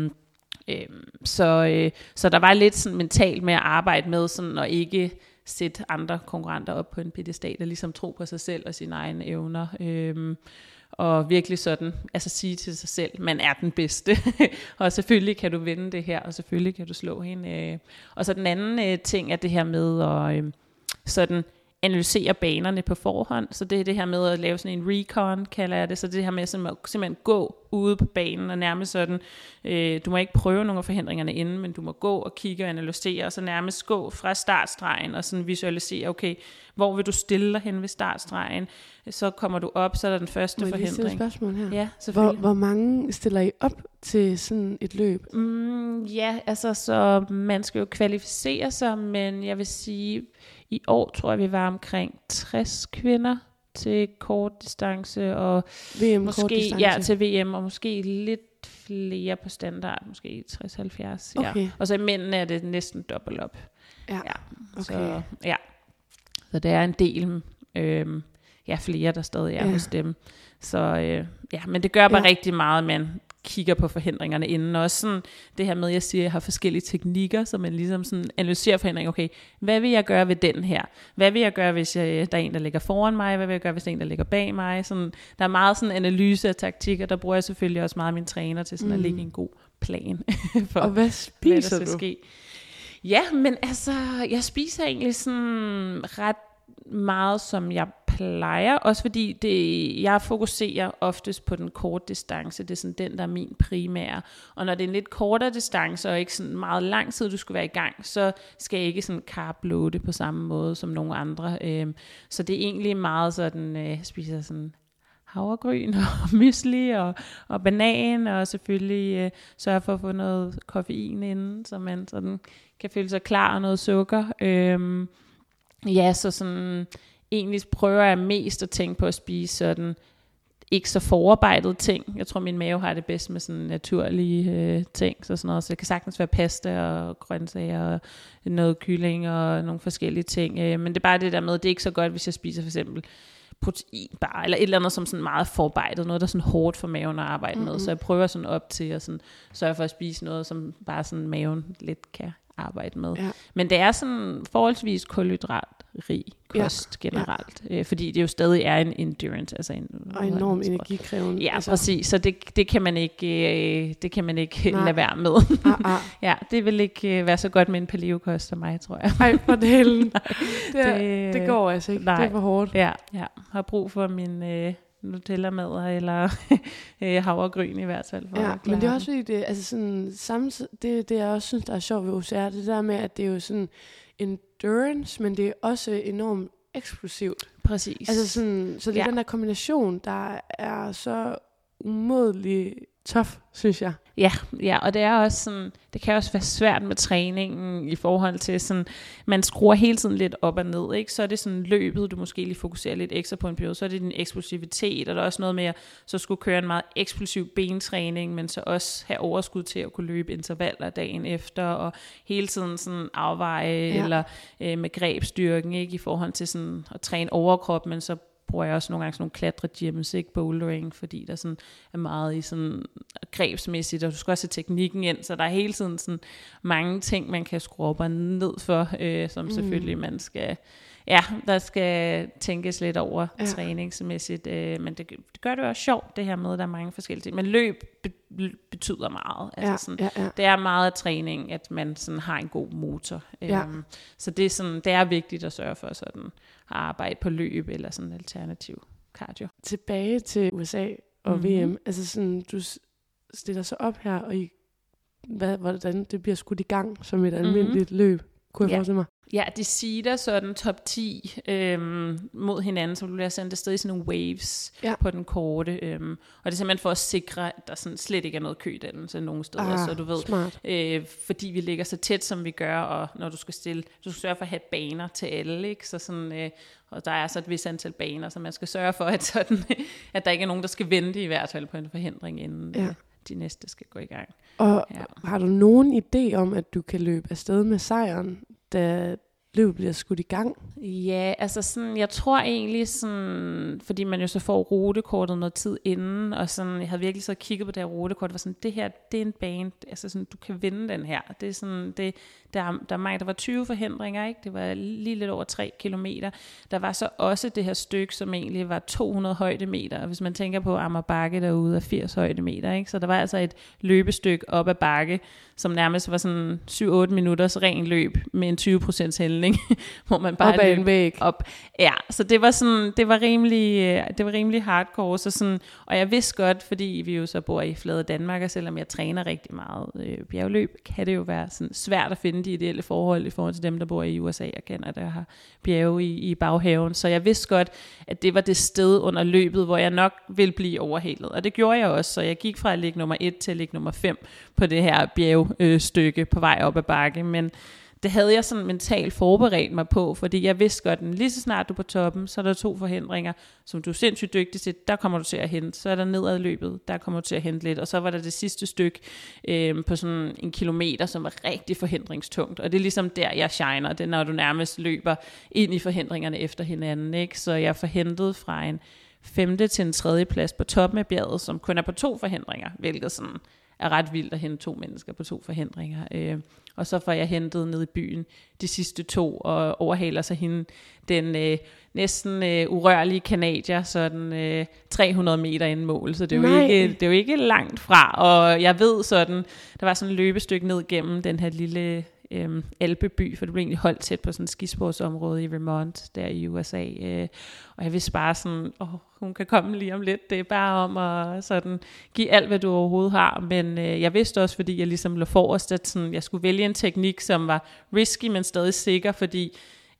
Så der var lidt sådan mentalt med at arbejde med, sådan at ikke sætte andre konkurrenter op på en pedestal, og ligesom tro på sig selv og sine egne evner. Og virkelig sådan, altså sige til sig selv, man er den bedste, og selvfølgelig kan du vinde det her, og selvfølgelig kan du slå hende. Og så den anden ting er det her med at sådan analysere banerne på forhånd, så det er det her med at lave sådan en recon, kalder jeg det, så det her med simpelthen gå ude på banen, og nærmest sådan, du må ikke prøve nogle af forhindringerne inden, men du må gå og kigge og analysere, og så nærmest gå fra startstregen, og sådan visualisere, okay, hvor vil du stille dig hen ved startstregen, så kommer du op, så er der den første forhindring. Må jeg lige stille et spørgsmål her? Ja, selvfølgelig. Hvor mange stiller I op til sådan et løb? Ja, altså, så man skal jo kvalificere sig, men jeg vil sige, i år tror jeg, vi var omkring 60 kvinder til kort distance, og VM måske til VM, og måske lidt flere på standard, måske 60-70. Okay. Ja. Og så i mændene er det næsten dobbelt op. Ja. Okay. Så det er en del, flere, der stadig er hos dem. Så men det gør bare rigtig meget, man kigger på forhindringerne inden. Også sådan det her med, at jeg siger, at jeg har forskellige teknikker, så man ligesom sådan analyserer forhindringer. Okay, hvad vil jeg gøre ved den her? Hvad vil jeg gøre, hvis der er en, der ligger foran mig? Hvad vil jeg gøre, hvis der er en, der ligger bag mig? Sådan, der er meget sådan analyse af taktikker. Der bruger jeg selvfølgelig også meget min træner til sådan at lægge en god plan for, og hvad spiser hvad der skal ske. Ja, men altså, jeg spiser egentlig sådan ret meget, som jeg plejer, også fordi jeg fokuserer oftest på den korte distance, det er sådan den, der er min primære, og når det er en lidt kortere distance, og ikke sådan meget lang tid, du skal være i gang, så skal jeg ikke sådan carb-loade på samme måde som nogle andre, så det er egentlig meget sådan, jeg spiser sådan havregryn og mysli og banan, og selvfølgelig sørge for at få noget koffein inden, så man sådan kan føle sig klar, og noget sukker. Så sådan egentlig prøver jeg mest at tænke på at spise sådan ikke så forarbejdede ting. Jeg tror, min mave har det bedst med sådan naturlige ting, så sådan noget. Så det kan sagtens være pasta og grøntsager og noget kylling og nogle forskellige ting. Men det er bare det der med, det er ikke så godt, hvis jeg spiser for eksempel proteinbar, eller et eller andet som sådan meget forarbejdet, noget der er sådan hårdt for maven at arbejde med. Så jeg prøver sådan op til at sådan sørge for at spise noget, som bare sådan maven lidt kan arbejde med. Ja. Men det er sådan forholdsvis kulhydratrig kost generelt, fordi det jo stadig er en endurance, altså og enormt energikrævende. Ja, altså. Præcis, så det kan man ikke, lade være med. Ja, det vil ikke være så godt med en paleokost som mig, tror jeg. Nej, for delen. det går altså ikke. Nej. Det er for hårdt. Ja, har brug for min Nutella-madder eller havregryn i hvert fald. Ja, men det er også fordi, det, altså sådan, det jeg også synes, der er sjovt ved OCR, det der med, at det er jo sådan endurance, men det er også enormt eksplosivt. Præcis. Altså sådan, så det er den der kombination, der er så umådelig tough, synes jeg. Ja, og det er også sådan, det kan også være svært med træningen i forhold til sådan, man skruer hele tiden lidt op og ned, ikke? Så er det sådan løbet, du måske lige fokuserer lidt ekstra på en periode, så er det din eksplosivitet, og der er også noget med at så skulle køre en meget eksplosiv bentræning, men så også have overskud til at kunne løbe intervaller dagen efter, og hele tiden sådan afveje eller med grebstyrken, ikke? I forhold til sådan at træne overkrop, men så bruger jeg også nogle gange sådan nogle klatre-gyms, ikke, bouldering, fordi der sådan er meget i sådan grebsmæssigt, og du skal også have teknikken ind, så der er hele tiden sådan mange ting, man kan skrue op og ned for, som selvfølgelig man skal, der skal tænkes lidt over træningsmæssigt, men det gør det også sjovt, det her med, at der er mange forskellige ting, men løb betyder meget, altså sådan, det er meget af træning, at man sådan har en god motor, så det er sådan, det er vigtigt at sørge for sådan at arbejde på løb eller sådan alternativ cardio. Tilbage til USA og VM, altså sådan, du stiller sig op her, og hvordan det bliver skudt i gang som et almindeligt løb, kunne jeg forestille mig. Ja, de seeder sådan top 10 mod hinanden, så du bliver sendt afsted i sådan nogle waves på den korte. Og det er simpelthen for at sikre, at der sådan slet ikke er noget kø i den, så nogle steder, så du ved, fordi vi ligger så tæt, som vi gør, og når du skal stille, du skal sørge for at have baner til alle, ikke? Så sådan, og der er så et vis antal baner, så man skal sørge for, at, sådan, at der ikke er nogen, der skal vente i hvert fald på en forhindring, inden de næste skal gå i gang. Og har du nogen idé om, at du kan løbe afsted med sejren, da løbet bliver skudt i gang? Ja, altså sådan, jeg tror egentlig sådan, fordi man jo så får rutekortet noget tid inden, og sådan, jeg havde virkelig så kigget på det her rutekort, var sådan, det her, det er en bane, altså sådan, du kan vinde den her. Det er sådan, der var 20 forhindringer, ikke? Det var lige lidt over 3 kilometer. Der var så også det her stykke, som egentlig var 200 højdemeter, og hvis man tænker på Amager Bakke derude af 80 højdemeter, ikke? Så der var altså et løbestykke op ad bakke, som nærmest var sådan 7-8 minutters ren løb med en 20% hældning, hvor man bare op ad en væg. Op. Ja, så det var sådan, det var rimelig hardcore, så sådan, og jeg vidste godt, fordi vi jo så bor i flade Danmark, og selvom jeg træner rigtig meget bjergløb, kan det jo være sådan svært at finde de ideelle forhold i forhold til dem, der bor i USA og Canada, der har bjerge i baghaven. Så jeg vidste godt, at det var det sted under løbet, hvor jeg nok ville blive overhalet. Og det gjorde jeg også, så jeg gik fra at ligge nummer 1 til at ligge nummer 5 på det her bjergstykke på vej op ad bakke. Men det havde jeg sådan mentalt forberedt mig på, fordi jeg vidste godt, at lige så snart du er på toppen, så er der 2 forhindringer, som du er sindssygt dygtig til, der kommer du til at hente. Så er der nedad løbet, der kommer du til at hente lidt. Og så var der det sidste stykke på sådan 1 kilometer, som var rigtig forhindringstungt. Og det er ligesom der, jeg shiner. Det er, når du nærmest løber ind i forhindringerne efter hinanden, ikke? Så jeg forhentede fra en 5. til en 3. plads på toppen af bjerget, som kun er på 2 forhindringer, hvilket sådan er ret vildt at hente 2 mennesker på 2 forhindringer. Og så får jeg hentet ned i byen de sidste 2, og overhaler sig hende, den næsten urørlige kanadier, sådan 300 meter inden mål, så det er jo ikke langt fra, og jeg ved sådan, der var sådan et løbestykke ned gennem den her lille alpeby, for det blev egentlig holdt tæt på sådan et skisportsområde i Vermont, der i USA, og jeg vidste bare sådan, hun kan komme lige om lidt, det er bare om at sådan give alt, hvad du overhovedet har, men jeg vidste også, fordi jeg ligesom lå forrest, at sådan, jeg skulle vælge en teknik, som var risky, men stadig sikker, fordi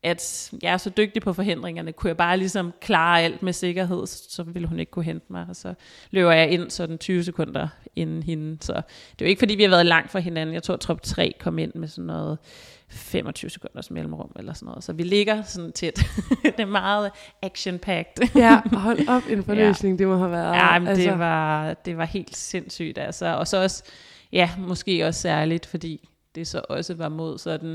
at jeg er så dygtig på forhindringerne, kunne jeg bare ligesom klare alt med sikkerhed, så ville hun ikke kunne hente mig, og så løber jeg ind sådan 20 sekunder inden hende, så det er jo ikke fordi vi har været langt fra hinanden. Jeg tror top 3 kom ind med sådan noget 25 sekunders mellemrum eller sådan noget, så vi ligger sådan tæt. Det er meget action-packed. Ja, hold op, en forløsning, det må have været. Ja, men det var helt sindssygt, altså. Og så også, ja, måske også særligt, fordi det så også var mod sådan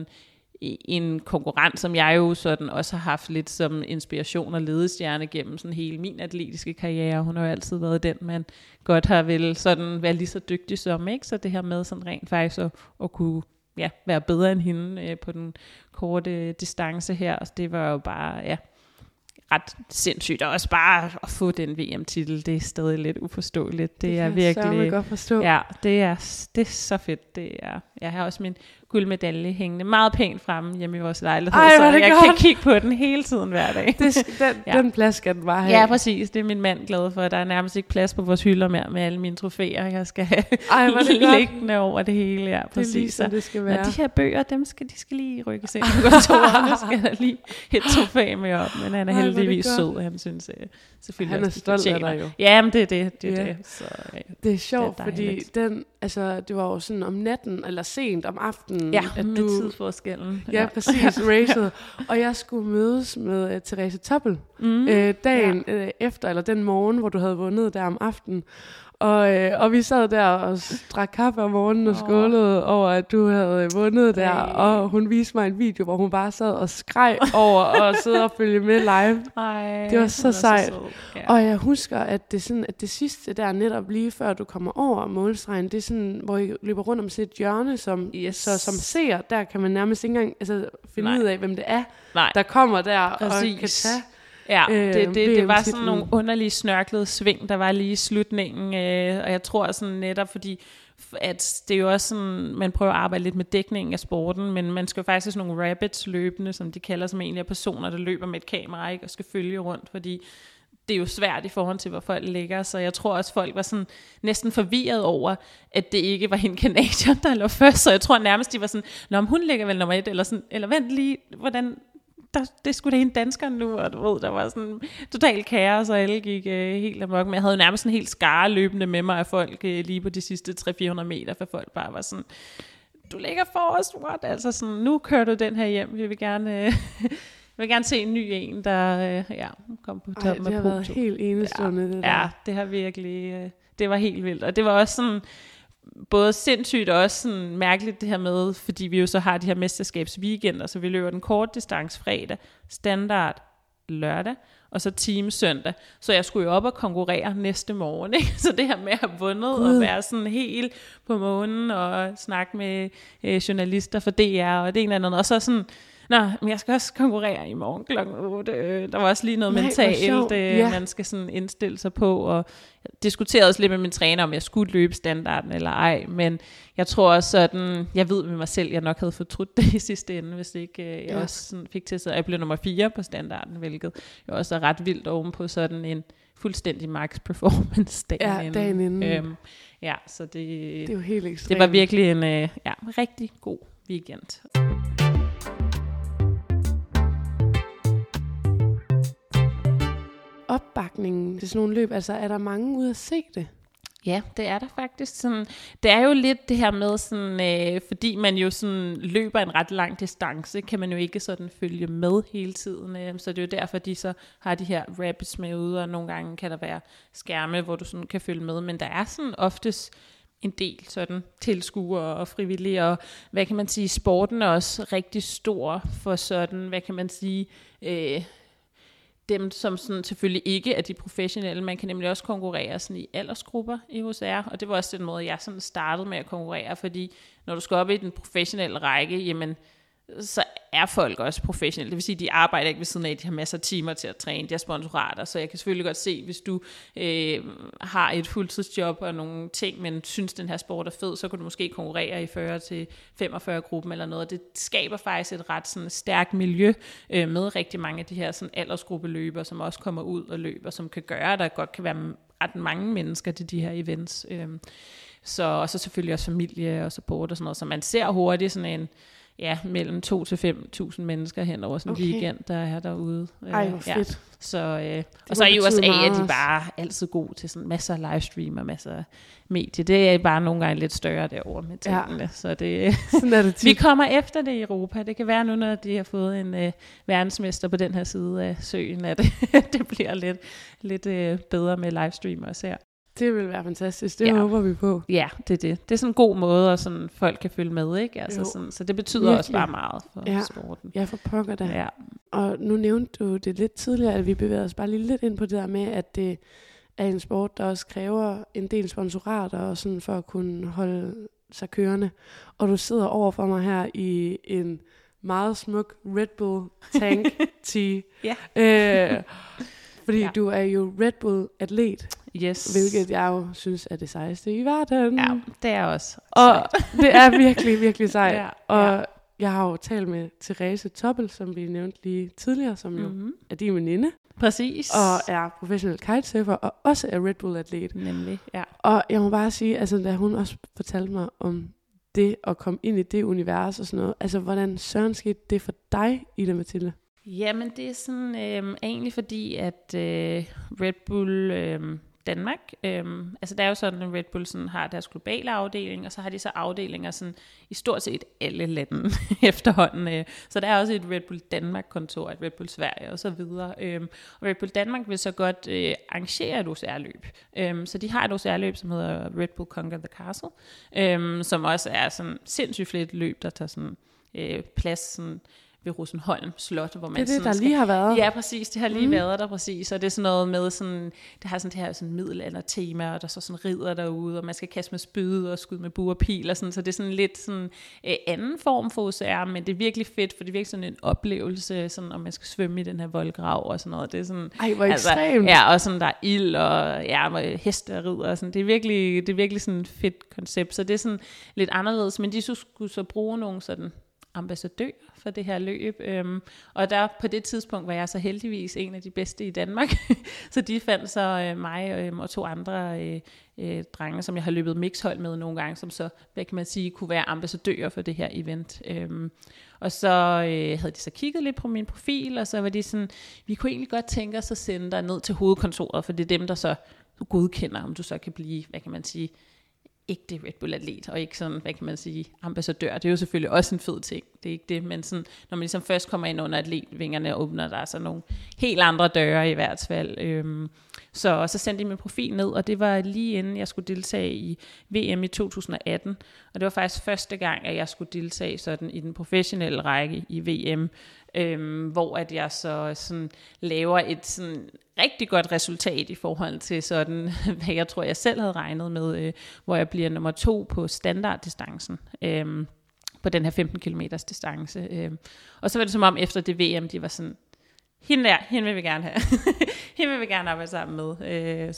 en konkurrent, som jeg jo sådan også har haft lidt som inspiration og ledestjerne gennem sådan hele min atletiske karriere. Hun har jo altid været den, man godt har vel sådan være lige så dygtig som, ikke? Så det her med sådan rent faktisk at kunne være bedre end hende på den korte distance her, det var jo bare, ret sindssygt, og også bare at få den VM-titel, det er stadig lidt uforståeligt. Det er virkelig, jeg godt forstå. Ja, det er så fedt. Jeg har også min guldmedalje hængende meget pænt fremme hjemme i vores lejlighed, så jeg kan kigge på den hele tiden hver dag. Den plads skal den bare have. Ja, præcis. Det er min mand glad for. Der er nærmest ikke plads på vores hylder mere med alle mine trofæer. Jeg skal liggende over det hele. Ja, præcis. Det er ligesom det skal være. Og de her bøger, de skal lige rykkes ind på kontoret. skal der lige et trofæ med op. Men han er heldigvis sød. Han synes selvfølgelig han er stolt af dig jo. Ja, men det er det. Så, det er sjovt, fordi det var jo sådan om natten, eller sent om aftenen. Ja, at med tidsforskellen. Ja, præcis, racet. Og jeg skulle mødes med Therese Toppel dagen efter, eller den morgen, hvor du havde vundet der om aftenen. Og vi sad der og drak kaffe om morgenen og skålede over, at du havde vundet der. Og hun viste mig en video, hvor hun bare sad og skreg over at sidde og følge med live. Det var så sejt. Ja. Og jeg husker, at det sidste der, netop lige før du kommer over målstregen, det er sådan, hvor I løber rundt om sit hjørne, som ser, der kan man nærmest ikke engang finde ud af, hvem det er, der kommer der. Præcis. Og kan tage. Ja, det var sådan nogle underlige snørklede sving, der var lige i slutningen, og jeg tror sådan netop, fordi at det er jo også sådan, man prøver at arbejde lidt med dækningen af sporten, men man skal jo faktisk sådan nogle rabbits løbende, som de kalder, som egentlig er personer, der løber med et kamera, ikke, og skal følge rundt, fordi det er jo svært i forhold til, hvor folk ligger, så jeg tror også, folk var sådan næsten forvirret over, at det ikke var hende kanadier, der lå først, så jeg tror nærmest, de var sådan, nå, hun ligger vel nummer 1, eller vent lige, hvordan... det skulle da en dansker nu, og du ved, der var sådan total kaos, og alle gik helt amok. Men jeg havde jo nærmest en helt skare løbende med mig af folk lige på de sidste 300-400 meter, for folk bare var sådan, du ligger forrest, what? Altså sådan, nu kører du den her hjem, vi vil gerne se en ny en, der kom på toppen af det har været helt enestående, det der. Ja, det har virkelig, det var helt vildt, og det var også sådan, både sindssygt og også sådan mærkeligt det her med, fordi vi jo så har de her mesterskabsweekender, så vi løber den korte distance fredag, standard lørdag, og så team søndag. Så jeg skulle jo op og konkurrere næste morgen, ikke? Så det her med at have vundet og være sådan helt på månen og snakke med journalister for DR og det ene eller andet, og så sådan, men jeg skal også konkurrere i morgen klokken 8. Der var også lige noget mentalt, man skal sådan indstille sig på, og jeg diskuterede også lidt med min træner, om jeg skulle løbe standarden eller ej, men jeg tror også sådan, jeg ved med mig selv, jeg nok havde fortrudt det i sidste ende, hvis ikke jeg også sådan fik til, så jeg blev nummer 4 på standarden, hvilket jo også er ret vildt ovenpå sådan en fuldstændig max performance dagen inden. Så det er jo helt ekstremt. Det var virkelig en rigtig god weekend. Opbakningen til sådan nogle løb, altså er der mange ude at se det? Ja, det er der faktisk. Sådan, det er jo lidt det her med, sådan, fordi man jo sådan løber en ret lang distance, kan man jo ikke sådan følge med hele tiden. Så det er jo derfor, de så har de her rabbits med ude, og nogle gange kan der være skærme, hvor du sådan kan følge med. Men der er sådan oftest en del sådan tilskuere og frivillige, og hvad kan man sige, sporten er også rigtig stor for sådan, hvad kan man sige, dem, som sådan selvfølgelig ikke er de professionelle. Man kan nemlig også konkurrere sådan i aldersgrupper i HCR, og det var også den måde, jeg sådan startede med at konkurrere, fordi når du skal op i den professionelle række, jamen, så er folk også professionelle. Det vil sige, at de arbejder ikke ved siden af, de har masser af timer til at træne, de har sponsorater, så jeg kan selvfølgelig godt se, hvis du har et fuldtidsjob og nogle ting, men synes, den her sport er fed, så kan du måske konkurrere i 40-45 gruppen eller noget. Det skaber faktisk et ret sådan stærkt miljø med rigtig mange af de her sådan aldersgruppeløbere, som også kommer ud og løber, som kan gøre, at der godt kan være ret mange mennesker til de her events. Og så selvfølgelig også familie og support og sådan noget, så man ser hurtigt sådan mellem 2.000 til 5.000 mennesker hen over sådan en weekend, der er derude. Ej, hvor fedt. Så, og så i USA er de bare altid gode til sådan masser af livestream og masser af medie. Det er bare nogle gange lidt større derovre med tingene. Ja. Så det, sådan er det vi kommer efter det i Europa. Det kan være nu, når de har fået en verdensmester på den her side af søen, at det bliver lidt bedre med livestream også her. Det vil være fantastisk. Det håber vi på. Ja, det er det. Det er sådan en god måde, og sådan folk kan følge med, ikke? Altså sådan, så det betyder virkelig også bare meget for sporten. Ja, for pokker da. Ja. Og nu nævnte du det lidt tidligere, at vi bevæger os bare lige lidt ind på det der med, at det er en sport, der også kræver en del sponsorater og sådan for at kunne holde sig kørende. Og du sidder over for mig her i en meget smuk Red Bull tank tee. Fordi du er jo Red Bull atlet. Yes. Hvilket jeg jo synes er det sejeste i verden. Ja, det er også. Og det er virkelig, virkelig sejt. Og jeg har jo talt med Therese Toppel, som vi nævnte lige tidligere, som jo er din veninde. Præcis. Og er professionel kitesurfer, og også er Red Bull-atlet. Nemlig, ja. Og jeg må bare sige, altså da hun også fortalte mig om det, at komme ind i det univers og sådan noget, altså hvordan søren skete det for dig, Ida Mathilde? Jamen det er sådan egentlig fordi, at Red Bull Danmark, altså der er jo sådan, at Red Bull sådan har deres globale afdeling, og så har de så afdelinger sådan i stort set alle lande efterhånden. Så der er også et Red Bull Danmark-kontor, et Red Bull Sverige og så videre. Og Red Bull Danmark vil så godt arrangere et OCR-løb. Så de har et OCR-løb, som hedder Red Bull Conquer the Castle, som også er sådan sindssygt fedt løb, der tager sådan plads sådan ved Rosenholm Slot, hvor man det er det, der lige har været. Ja, præcis. Det har lige været der, præcis. Og det er sådan noget med sådan, det har sådan det her sådan middelalder-tema, og der så sådan ridder derude, og man skal kaste med spyd og skyde med bue og pil, og sådan, så det er sådan lidt sådan anden form for OCR, men det er virkelig fedt, for det er virkelig sådan en oplevelse, sådan, om man skal svømme i den her voldgrav og sådan noget. Det er sådan, ej, hvor ekstremt. Ja, og sådan der er ild, og heste og ridder, og sådan. Det er virkelig sådan et fedt koncept, så det er sådan lidt anderledes, men de skulle så bruge nogle sådan ambassadør for det her løb, og der på det tidspunkt var jeg så heldigvis en af de bedste i Danmark, så de fandt så mig og 2 andre drenge, som jeg har løbet mixhold med nogle gange, som så, hvad kan man sige, kunne være ambassadører for det her event. Og så havde de så kigget lidt på min profil, og så var de sådan, vi kunne egentlig godt tænke os at sende dig ned til hovedkontoret, for det er dem, der så godkender, om du så kan blive, hvad kan man sige, ikke det Red Bull-atlet, og ikke sådan, hvad kan man sige, ambassadør. Det er jo selvfølgelig også en fed ting. Det er ikke det, men sådan, når man ligesom først kommer ind under atletvingerne og åbner, der er så nogle helt andre døre i hvert fald. Så sendte de min profil ned, og det var lige inden jeg skulle deltage i VM i 2018. Og det var faktisk første gang, at jeg skulle deltage sådan i den professionelle række i VM, hvor at jeg så sådan laver et sådan rigtig godt resultat i forhold til sådan, hvad jeg tror, jeg selv havde regnet med, hvor jeg bliver nummer 2 på standarddistancen, på den her 15 km distance. Og så var det som om efter det VM, de var sådan, hende vil vi gerne have. Hende vil vi gerne arbejde sammen med.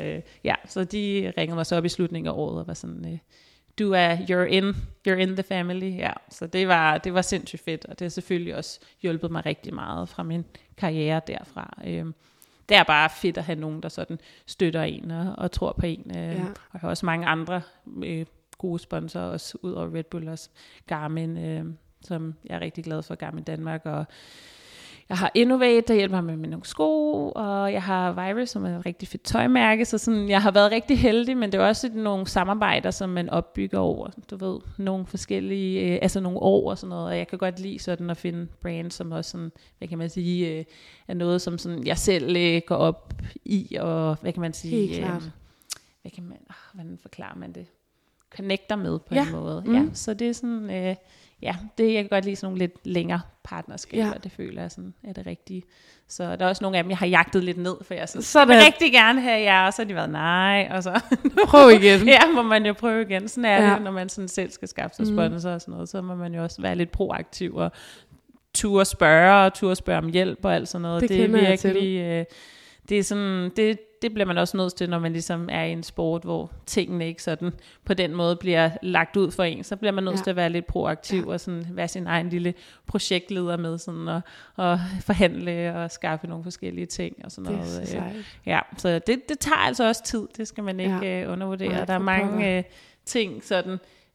Så de ringede mig så op i slutningen af året og var sådan, you're in the family. Ja, så det var sindssygt fedt, og det har selvfølgelig også hjulpet mig rigtig meget fra min karriere derfra. Det er bare fedt at have nogen, der sådan støtter en og tror på en. Og jeg har også mange andre gode sponsorer, også ud over Red Bull, også Garmin, som jeg er rigtig glad for, Garmin Danmark, og jeg har Innovate, der hjælper mig med nogle sko, og jeg har Virus, som er et rigtig fedt tøjmærke, så sådan, jeg har været rigtig heldig, men det er også nogle samarbejder, som man opbygger over, du ved, nogle forskellige, altså nogle år og sådan noget, og jeg kan godt lide sådan at finde brands, som også sådan, hvad kan man sige, er noget, som sådan, jeg selv går op i, og hvad kan man sige, helt klart. Hvordan forklarer man det? Connecter med på en måde. Ja, så det er sådan, jeg kan godt lide sådan nogle lidt længere partnerskaber, det føler jeg sådan, er det rigtige. Så der er også nogle af dem, jeg har jagtet lidt ned, for jeg sådan, jeg vil rigtig gerne have jer, og så har de været nej, og så prøv igen. Ja, må man jo prøve igen. Sådan er det, når man sådan selv skal skaffe sig sponsor og sådan noget, så må man jo også være lidt proaktiv og turde spørge om hjælp og alt sådan noget. Det er virkelig, det er sådan, det bliver man også nødt til, når man ligesom er i en sport, hvor tingene ikke sådan på den måde bliver lagt ud for en. Så bliver man nødt til at være lidt proaktiv og sådan være sin egen lille projektleder med sådan og forhandle og skaffe nogle forskellige ting og sådan noget. Ja, så det tager altså også tid. Det skal man ikke undervurdere. Der er mange ting sådan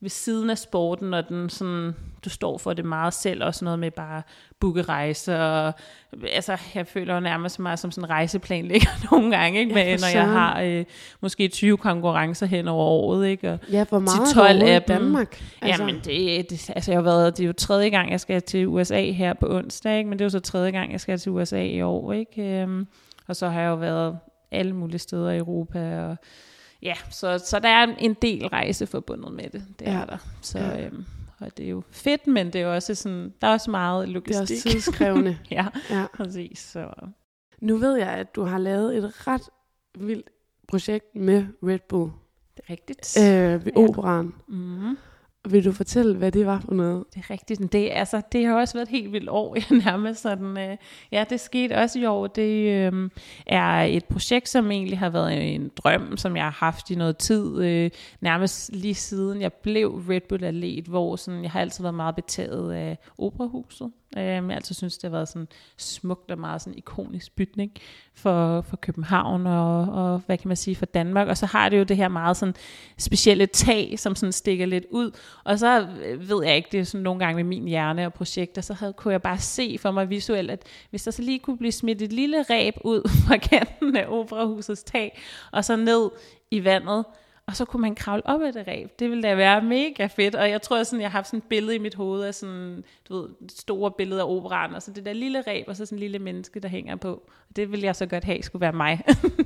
ved siden af sporten, og den sådan, du står for det meget selv, også noget med bare booke rejser, og altså, jeg føler jo nærmest mig som sådan en rejseplanlægger nogle gange, ikke? Med, når jeg har måske 20 konkurrencer hen over året, ikke? Og ja, hvor meget 10-12 af Danmark? Altså. Jamen, altså, det er jo tredje gang, jeg skal til USA her på onsdag, ikke? Men det er jo så tredje gang, jeg skal til USA i år, ikke? Og så har jeg jo været alle mulige steder i Europa, og ja, så der er en del rejse forbundet med det. Det er der. Så, og det er jo fedt, men det er jo også sådan, der er også meget logistik. Det er også tidskrævende. ja, præcis. Så. Nu ved jeg, at du har lavet et ret vildt projekt med Red Bull. Det er rigtigt. Ved Operaen. Mm-hmm. Vil du fortælle, hvad det var for noget? Det er rigtigt. Det har også været et helt vildt år, nærmest sådan. Det skete også i år. Det er et projekt, som egentlig har været en drøm, som jeg har haft i noget tid, nærmest lige siden jeg blev Red Bull-atlet, hvor sådan, jeg har altid været meget betaget af Operahuset. Jeg altid synes, det har været sådan smukt og meget sådan ikonisk bygning for København og hvad kan man sige, for Danmark. Og så har det jo det her meget sådan specielle tag, som sådan stikker lidt ud. Og så ved jeg ikke, det er sådan nogle gange med min hjerne og projekter, så kunne jeg bare se for mig visuelt, at hvis der så lige kunne blive smidt et lille reb ud fra kanten af Operahusets tag, og så ned i vandet, og så kunne man kravle op af det reb. Det ville da være mega fedt. Og jeg tror, sådan, jeg har haft sådan et billede i mit hoved af sådan, du ved, store billeder af operaen, og så det der lille reb, og så sådan en lille menneske, der hænger på. Og det ville jeg så godt have, skulle være mig.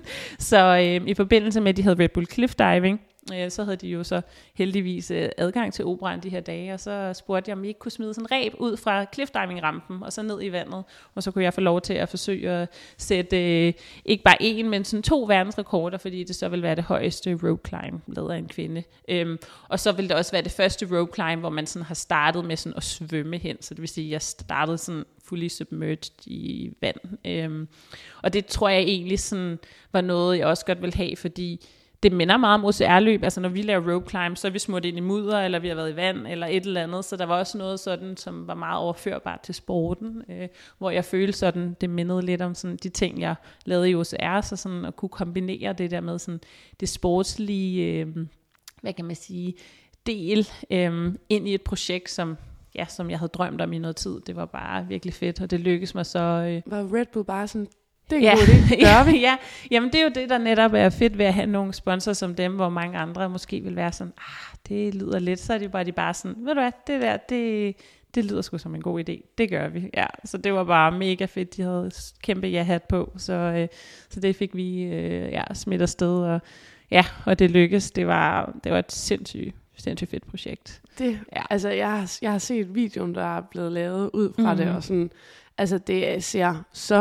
Så i forbindelse med, at de havde Red Bull Cliff Diving, så havde de jo så heldigvis adgang til operaen de her dage, og så spurgte jeg, om I ikke kunne smide sådan en reb ud fra cliffdiving-rampen, og så ned i vandet, og så kunne jeg få lov til at forsøge at sætte ikke bare en, men sådan 2 verdensrekorder, fordi det så ville være det højeste rope climb, lavet af en kvinde. Og så ville det også være det første rope climb, hvor man sådan har startet med sådan at svømme hen, så det vil sige, at jeg startede sådan fully submerged i vand. Og det tror jeg egentlig sådan var noget, jeg også godt ville have, fordi det minder meget om OCR-løb, altså når vi laver rope climb, så er vi smurt ind i mudder, eller vi har været i vand, eller et eller andet, så der var også noget sådan, som var meget overførbart til sporten, hvor jeg følte sådan, det mindede lidt om sådan de ting, jeg lavede i OCR, så sådan at kunne kombinere det der med sådan det sportslige, hvad kan man sige, del ind i et projekt, som jeg havde drømt om i noget tid. Det var bare virkelig fedt, og det lykkedes mig så. Var Red Bull bare sådan, det er en god idé, gør vi? Ja, jamen det er jo det, der netop er fedt ved at have nogle sponsorer som dem, hvor mange andre måske vil være sådan, det lyder lidt, så er det bare sådan, ved du hvad, det der, det lyder sgu som en god idé, det gør vi. Ja, så det var bare mega fedt, de havde kæmpe ja-hat på, så det fik vi smidt afsted, og det lykkedes, det var et sindssygt fedt projekt. Altså jeg har set videoen, der er blevet lavet ud fra det, og sådan, altså det ser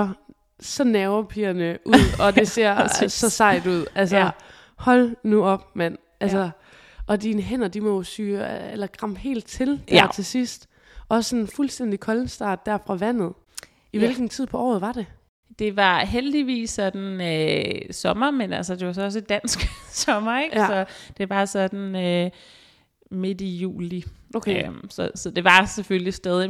så nervepirrende ud, og det ser så sejt ud. Altså, hold nu op, mand. Altså, og dine hænder, de må jo syre, eller kramme helt til der til sidst. Og sådan en fuldstændig koldstart der fra vandet. I hvilken tid på året var det? Det var heldigvis sådan sommer, men altså, det var så også et dansk sommer, ikke? Ja. Så det var sådan midt i juli. Okay. Så det var selvfølgelig stadig,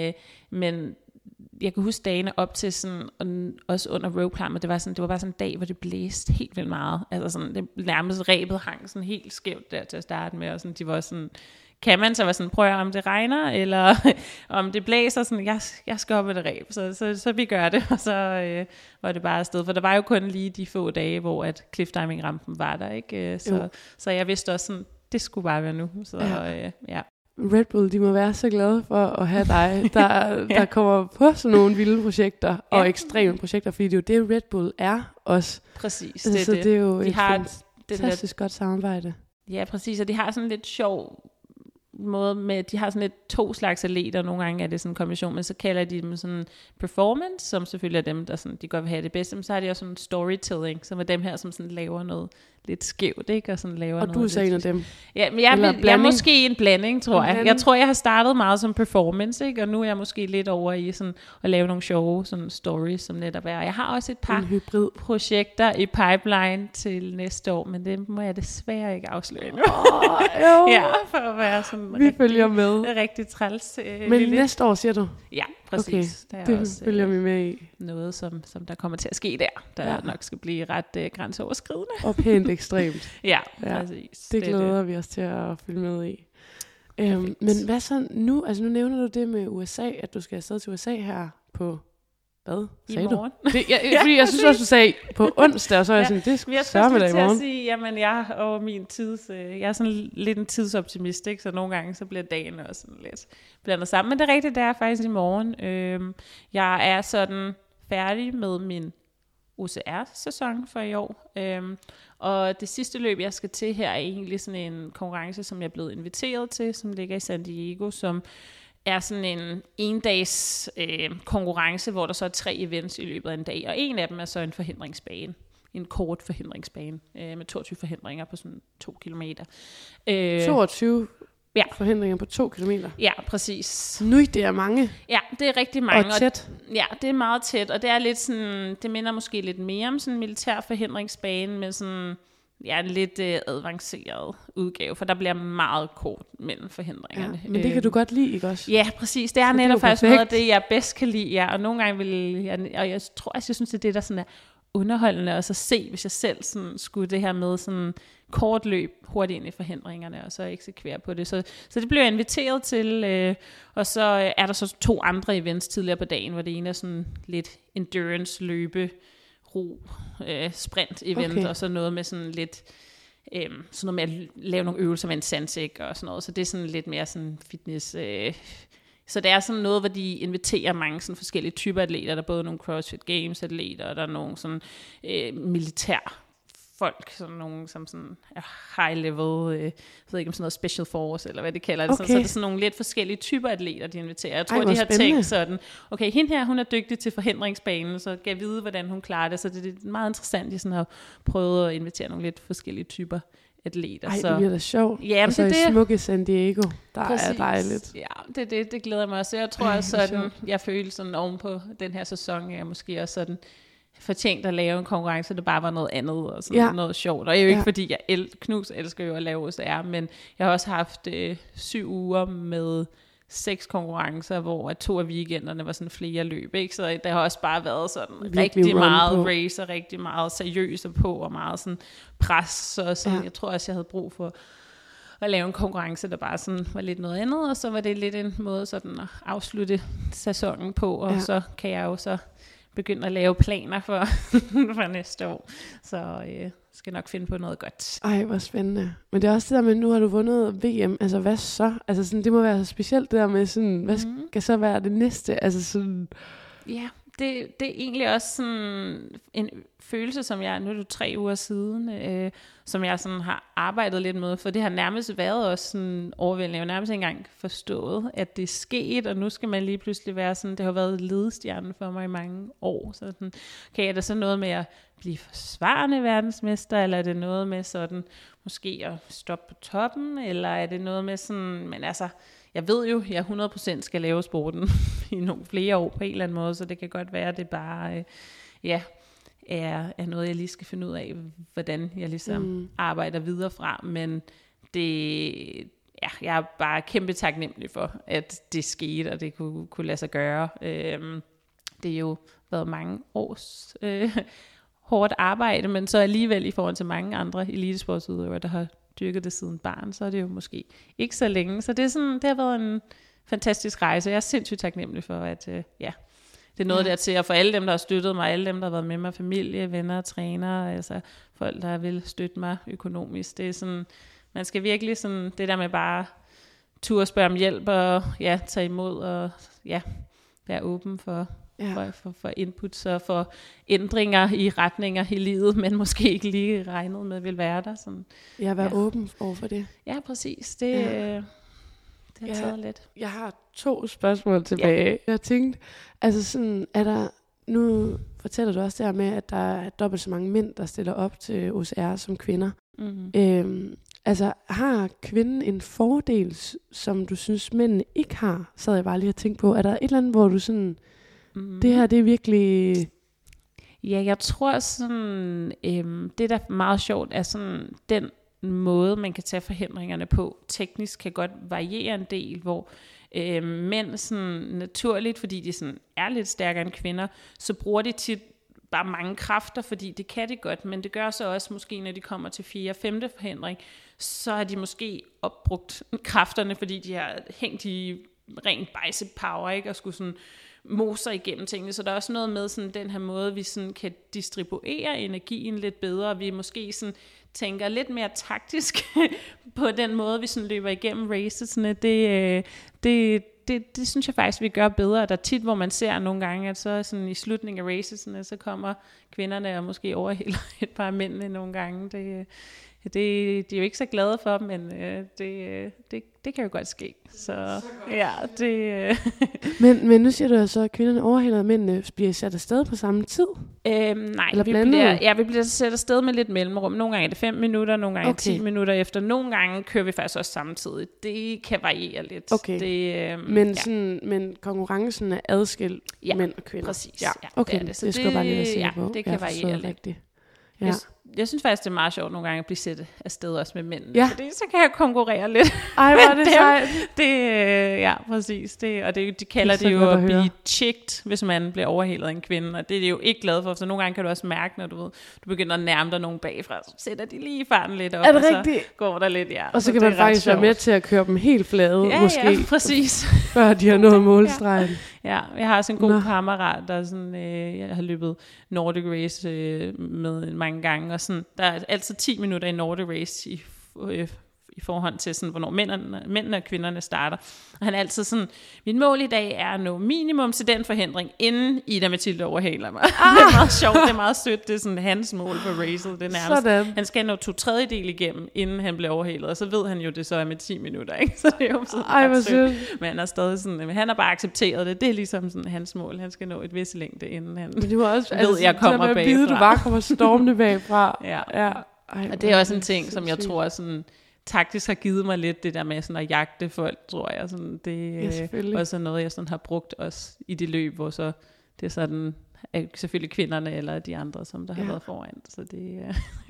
men jeg kan huske dagene op til sådan, også under rope climb, og det var bare sådan en dag, hvor det blæste helt vildt meget. Altså sådan, det nærmest rebet hang sådan helt skævt der til at starte med, og sådan, de var sådan, kan man så var sådan, prøv om det regner, eller om det blæser, sådan, jeg skal op med det reb, så vi gør det, og så var det bare afsted, for der var jo kun lige de få dage, hvor at cliffdiving-rampen var der, ikke? Så jeg vidste også sådan, det skulle bare være nu, så ja. Red Bull, de må være så glade for at have dig, der kommer på sådan nogle vilde projekter, og ekstreme projekter, fordi det er jo det, Red Bull er også. Præcis, altså, det er jo de et fantastisk godt samarbejde. Ja, præcis, og de har sådan lidt sjov måde med, de har sådan lidt 2 slags atleter, nogle gange er det sådan en kombination, men så kalder de dem sådan performance, som selvfølgelig er dem, der sådan, de godt vil have det bedste, men så har de også sådan storytelling, som er dem her, som sådan laver noget lidt skævt, ikke? Og sådan laver noget. Og du er så en af dem? Ja, men jeg er måske en blanding, tror jeg. Jeg tror, jeg har startet meget som performance, ikke? Og nu er jeg måske lidt over i sådan at lave nogle sjove sådan stories, som netop er. Jeg har også et par projekter i pipeline til næste år, men det må jeg desværre ikke afsløre nu. Ja, for at være sådan vi følger med. Rigtig træls. Men næste år, siger du? Ja, præcis. Okay, det også, følger vi med i. Noget, som der kommer til at ske der nok skal blive ret grænseoverskridende. Og pænt ekstremt. Ja, præcis. Det glæder vi os til at følge med i. Men hvad så nu? Altså nu nævner du det med USA, at du skal afsted til USA her på... Hvad sagde I morgen. du? Fordi jeg synes også, du sagde på onsdag, og så er jeg sådan, det skal sørge med dig i morgen. Jeg skulle til at sige, jamen jeg og min jeg er sådan lidt en tidsoptimist, ikke? Så nogle gange så bliver dagen også sådan lidt blandet sammen. Men det er rigtigt, det er faktisk i morgen. Jeg er sådan færdig med min OCR-sæson for i år. Og det sidste løb, jeg skal til her, er egentlig sådan en konkurrence, som jeg er blevet inviteret til, som ligger i San Diego, som er sådan en endags konkurrence, hvor der så er 3 events i løbet af en dag, og en af dem er så en forhindringsbane, en kort forhindringsbane, med 22 forhindringer på sådan 2 kilometer. 22 forhindringer på 2 kilometer? Ja, præcis. Nu det er mange. Ja, det er rigtig mange. Og tæt. Ja, det er meget tæt, og det er lidt sådan, det minder måske lidt mere om sådan en militær forhindringsbane, med sådan en lidt advanceret udgave, for der bliver meget kort mellem forhindringerne. Ja, men det kan du godt lide, ikke også? Ja, præcis. Det er netop faktisk noget af det, jeg bedst kan lide. Ja, og nogle gange vil jeg, og jeg tror, jeg synes, det er det, der sådan er underholdende også at se, hvis jeg selv sådan skulle det her med sådan kort løb hurtigt ind i forhindringerne, og så eksekvere på det. Så det blev jeg inviteret til, og så er der så 2 andre events tidligere på dagen, hvor det ene er sådan lidt endurance løbe, ro, sprint event, og så noget med sådan lidt sådan noget med at lave nogle øvelser med en sandsæk og sådan noget, så det er sådan lidt mere sådan fitness, så det er sådan noget, hvor de inviterer mange sådan forskellige typer atleter, der er både nogle CrossFit Games atleter, og der er nogle sådan militær folk, sådan nogle som sådan high level, jeg ved ikke om sådan noget special force, eller hvad det kalder det, så det er sådan nogle lidt forskellige typer atleter, de inviterer. Jeg tror, de har tænkt sådan, okay, hende her, hun er dygtig til forhindringsbanen, så kan jeg vide, hvordan hun klarer det, så det er meget interessant, de sådan har prøvet at invitere nogle lidt forskellige typer atleter. Det bliver da sjovt. Ja, og så i smukke San Diego, der er dejligt. Ja, det glæder mig også. Jeg tror også sådan, jeg føler sådan ovenpå den her sæson, jeg måske også sådan fortjent at lave en konkurrence, der bare var noget andet og sådan noget sjovt. Og det er jo ikke fordi, jeg elsker jo at lave OCR, men jeg har også haft 7 uger med 6 konkurrencer, hvor 2 af weekenderne var sådan flere løb, ikke? Så der har også bare været sådan rigtig meget race og rigtig meget seriøse på og meget sådan pres. Så sådan, jeg tror også, jeg havde brug for at lave en konkurrence, der bare sådan var lidt noget andet, og så var det lidt en måde sådan at afslutte sæsonen på, og så kan jeg jo så begynde at lave planer for næste år. Så skal nok finde på noget godt. Ej, hvor spændende. Men det er også det der med, nu har du vundet VM. Altså, hvad så? Altså, sådan, det må være specielt det der med, sådan, hvad skal så være det næste? Altså, sådan... Ja, det er egentlig også sådan en følelse, som jeg, nu er det 3 uger siden, som jeg sådan har arbejdet lidt med, for det har nærmest været også sådan overvældende. Jeg har nærmest ikke engang forstået, at det er sket, og nu skal man lige pludselig være sådan, det har været ledestjernen for mig i mange år. Så sådan, okay, er det så noget med at blive forsvarende verdensmester, eller er det noget med sådan, måske at stoppe på toppen, eller er det noget med sådan, men altså, jeg ved jo, at jeg 100% skal lave sporten i nogle flere år på en eller anden måde, så det kan godt være, at det bare er noget, jeg lige skal finde ud af, hvordan jeg ligesom arbejder videre fra. Men jeg er bare kæmpe taknemmelig for, at det skete, og det kunne lade sig gøre. Det er jo været mange års hårdt arbejde, men så alligevel i forhold til mange andre elitesportsudøvere, der har dyrket det siden barn, så er det jo måske ikke så længe. Så det er sådan, det har været en fantastisk rejse. Jeg er sindssygt taknemmelig for, at det er noget dertil, og for alle dem, der har støttet mig, alle dem, der har været med mig, familie, venner, trænere, altså folk, der vil støtte mig økonomisk. Det er sådan, man skal virkelig sådan, det der med bare turde spørge om hjælp, og tage imod, og være åben for inputs og for ændringer i retninger i livet, men måske ikke lige regnet med vil være der. Sådan. Være åben over for det. Ja, præcis. Det har taget lidt. Jeg har 2 spørgsmål tilbage. Jeg tænkte, altså sådan, nu fortæller du også der med, at der er dobbelt så mange mænd, der stiller op til OCR som kvinder. Mm-hmm. Altså, har kvinden en fordel, som du synes, mændene ikke har? Så jeg bare lige at tænke på. Er der et eller andet, hvor du sådan, det her, det er virkelig... Ja, jeg tror sådan, det der er meget sjovt, er sådan den måde, man kan tage forhindringerne på. Teknisk kan godt variere en del, hvor mænd sådan naturligt, fordi de sådan er lidt stærkere end kvinder, så bruger de tit bare mange kræfter, fordi det kan det godt, men det gør så også måske, når de kommer til 4. og 5. forhindring, så har de måske opbrugt kræfterne, fordi de har hængt i ren bicep power, ikke? Og skulle sådan moser igennem tingene, så der er også noget med sådan den her måde, vi sådan kan distribuere energien lidt bedre, vi måske sådan tænker lidt mere taktisk på den måde, vi sådan løber igennem racesene. Det synes jeg faktisk, vi gør bedre. Der er tit, hvor man ser nogle gange, at så sådan i slutningen af racesene, så kommer kvinderne og måske overhælder et par mændene nogle gange. De er jo ikke så glade for, men det kan jo godt ske. Så ja, det... men nu siger du så, at kvinderne overhælder, og mændene bliver sat afsted på samme tid? Nej, vi bliver sat afsted med lidt mellemrum. Nogle gange er det 5 minutter, nogle gange 10 minutter efter. Nogle gange kører vi faktisk også samtidig. Det kan variere lidt. Okay. Men konkurrencen er adskilt mænd og kvinder? Præcis. Ja, okay. Det skal jeg bare lige være sikker på. Det kan variere lidt. Ja. Jeg synes faktisk, det er meget sjovt nogle gange at blive sæt afsted også med mænd. Ja. Fordi så kan jeg konkurrere lidt. Ej, hvor er det sejt. Ja, præcis. De kalder det jo at blive chicked, hvis man bliver overhældet af en kvinde. Og det er de jo ikke glade for. Så nogle gange kan du også mærke, når du begynder at nærme dig nogen bagfra, så sætter de lige farten lidt op. Er det og rigtigt? Så går der lidt, ja. Og så kan man faktisk være med til at køre dem helt flade, måske. Ja, præcis. Før de har nået målstregen. Ja, jeg har også en god kammerat, der sådan, jeg har løbet Nordic Race med mange gange, og sådan, der er altid 10 minutter i Nordic Race i forhold til, sådan, hvornår mændene og kvinderne starter. Og han er altid sådan, mit mål i dag er at nå minimum til den forhindring, inden Ida Mathilde overhaler mig. Det er meget sjovt, det er meget sødt, det er sådan hans mål for racet. Det er nærmest, han skal nå 2/3 igennem, inden han bliver overhalet, og så ved han jo, det så er med 10 minutter, ikke? Så det er jo sådan ret sødt. Men han er stadig sådan, han har bare accepteret det. Det er ligesom sådan hans mål. Han skal nå et vis længde, inden han ved, jeg kommer bagfra. Du bare kommer stormende bagfra. Ja. Ej, og det er også en ting, som jeg tror sådan taktisk har givet mig lidt det der med sådan at jagte folk, tror jeg. Sådan, det er også noget, jeg sådan har brugt også i det løb, hvor så det er sådan, selvfølgelig kvinderne eller de andre, som der har været foran. Så det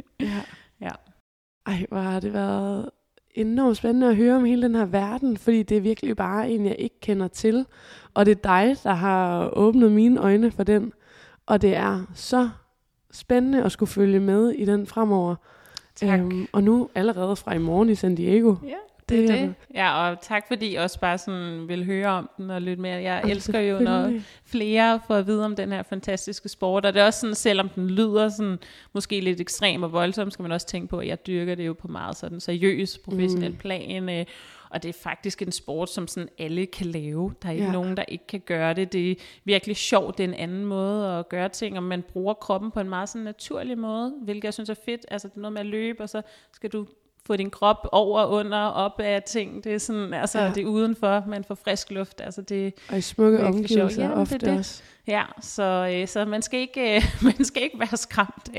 ja. Ej, hvor har det været enormt spændende at høre om hele den her verden, fordi det er virkelig bare en, jeg ikke kender til. Og det er dig, der har åbnet mine øjne for den. Og det er så spændende at skulle følge med i den fremover. Og nu allerede fra i morgen i San Diego. Ja, det er det. Ja, og tak fordi I også bare sådan vil høre om den og lytte mere. Jeg elsker jo, når flere får at vide om den her fantastiske sport. Og det er også sådan, selvom den lyder sådan, måske lidt ekstrem og voldsom, skal man også tænke på, at jeg dyrker det jo på meget sådan seriøs, professionel plan. Og det er faktisk en sport, som sådan alle kan lave. Der er ikke nogen, der ikke kan gøre det. Det er virkelig sjovt. Det er en anden måde at gøre ting, og man bruger kroppen på en meget sådan naturlig måde, hvilket jeg synes er fedt. Altså det er noget med at løbe, og så skal du få din krop over, under, op af ting. Det er sådan, altså det er udenfor, man får frisk luft. Altså det og i smukke omgivelser ofte det. Også. Ja, så man skal ikke være skræmt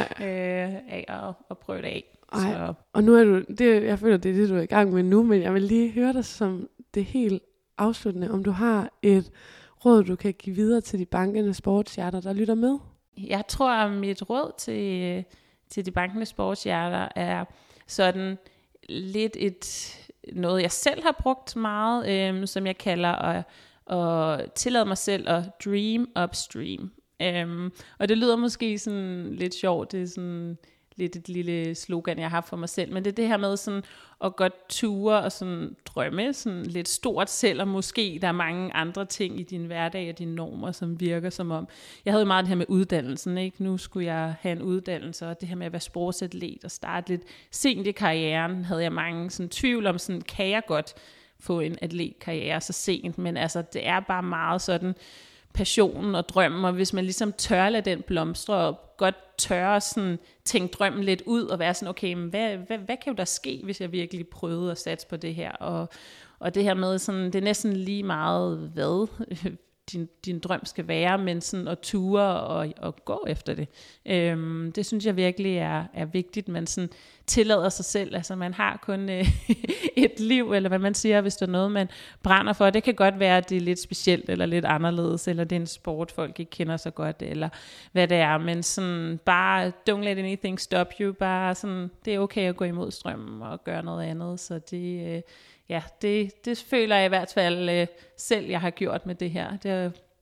af at prøve det af. Ej, og nu er jeg føler, det er det, du er i gang med nu, men jeg vil lige høre dig som det helt afsluttende, om du har et råd, du kan give videre til de bankende sportshjerter, der lytter med? Jeg tror, at mit råd til de bankende sportshjerter er sådan lidt noget, jeg selv har brugt meget, som jeg kalder at tillade mig selv at dream upstream. Og det lyder måske sådan lidt sjovt, det er sådan lidt et lille slogan, jeg har for mig selv, men det er det her med sådan at godt ture og sådan drømme sådan lidt stort, selvom måske der er mange andre ting i din hverdag og dine normer, som virker som om. Jeg havde jo meget det her med uddannelsen, ikke? Nu skulle jeg have en uddannelse, og det her med at være sportsatlet og starte lidt sent i karrieren, havde jeg mange sådan tvivl om, sådan, kan jeg godt få en atletkarriere så sent, men altså det er bare meget sådan passionen og drømmen, og hvis man ligesom tør lade den blomstre, og godt tør sådan tænke drømmen lidt ud, og være sådan, okay, men hvad kan jo der ske, hvis jeg virkelig prøvede at satse på det her, og det her med sådan, det er næsten lige meget, hvad din drøm skal være, men sådan at ture og gå efter det. Det synes jeg virkelig er vigtigt, man sådan tillader sig selv, altså man har kun et liv, eller hvad man siger, hvis der er noget, man brænder for. Det kan godt være, at det er lidt specielt, eller lidt anderledes, eller det er en sport, folk ikke kender så godt, eller hvad det er, men sådan bare, don't let anything stop you, bare sådan, det er okay at gå imod strømmen og gøre noget andet, så det det føler jeg i hvert fald selv, jeg har gjort med det her. Det har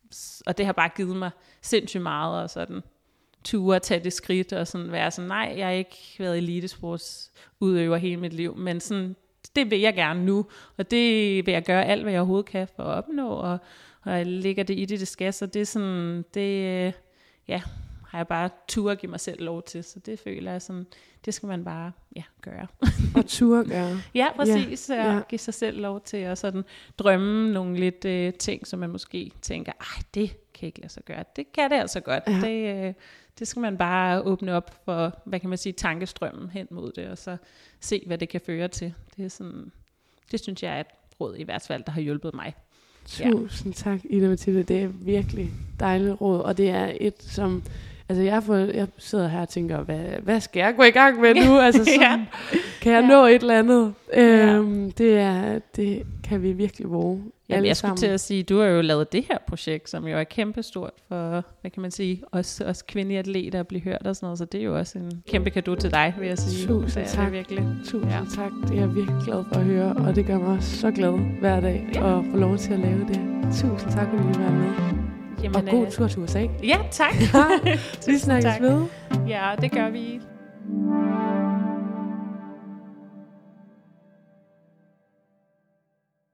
Og det har bare givet mig sindssygt meget, og sådan ture at tage det skridt, og sådan være sådan, nej, jeg har ikke været elitesportsudøver hele mit liv, men sådan, det vil jeg gerne nu, og det vil jeg gøre alt, hvad jeg overhovedet kan for at opnå, og jeg lægger det i det skal, så det er sådan, det, har jeg bare tur at give mig selv lov til, så det føler jeg sådan, det skal man bare, gøre. Og tur gøre. Ja, præcis, og give sig selv lov til at sådan drømme nogle lidt ting, som man måske tænker, det kan ikke lade sig gøre, det kan det altså godt, det skal man bare åbne op for, hvad kan man sige, tankestrømmen hen mod det, og så se, hvad det kan føre til. Det er sådan, det synes jeg er et råd i hvert fald, der har hjulpet mig. Tusind tak, Ida Mathilde. Det er virkelig dejligt råd, og det er et, som... Altså, jeg sidder her og tænker, hvad skal jeg gå i gang med nu? Altså, sådan, kan jeg nå et eller andet? Det kan vi virkelig våge. Jamen, jeg skulle til at sige, du har jo lavet det her projekt, som jo er kæmpestort for, hvad kan man sige, os kvindelige atleter at blive hørt og sådan noget, så det er jo også en kæmpe cadeau til dig, vil jeg sige. Tusind tak. Tusind tak. Det er jeg virkelig glad for at høre, og det gør mig så glad hver dag at få lov til at lave det. Tusind tak, fordi du vil være med. Jamen, og god tur til USA. Ja, tak. Vi snakkes ved. Ja, det gør vi.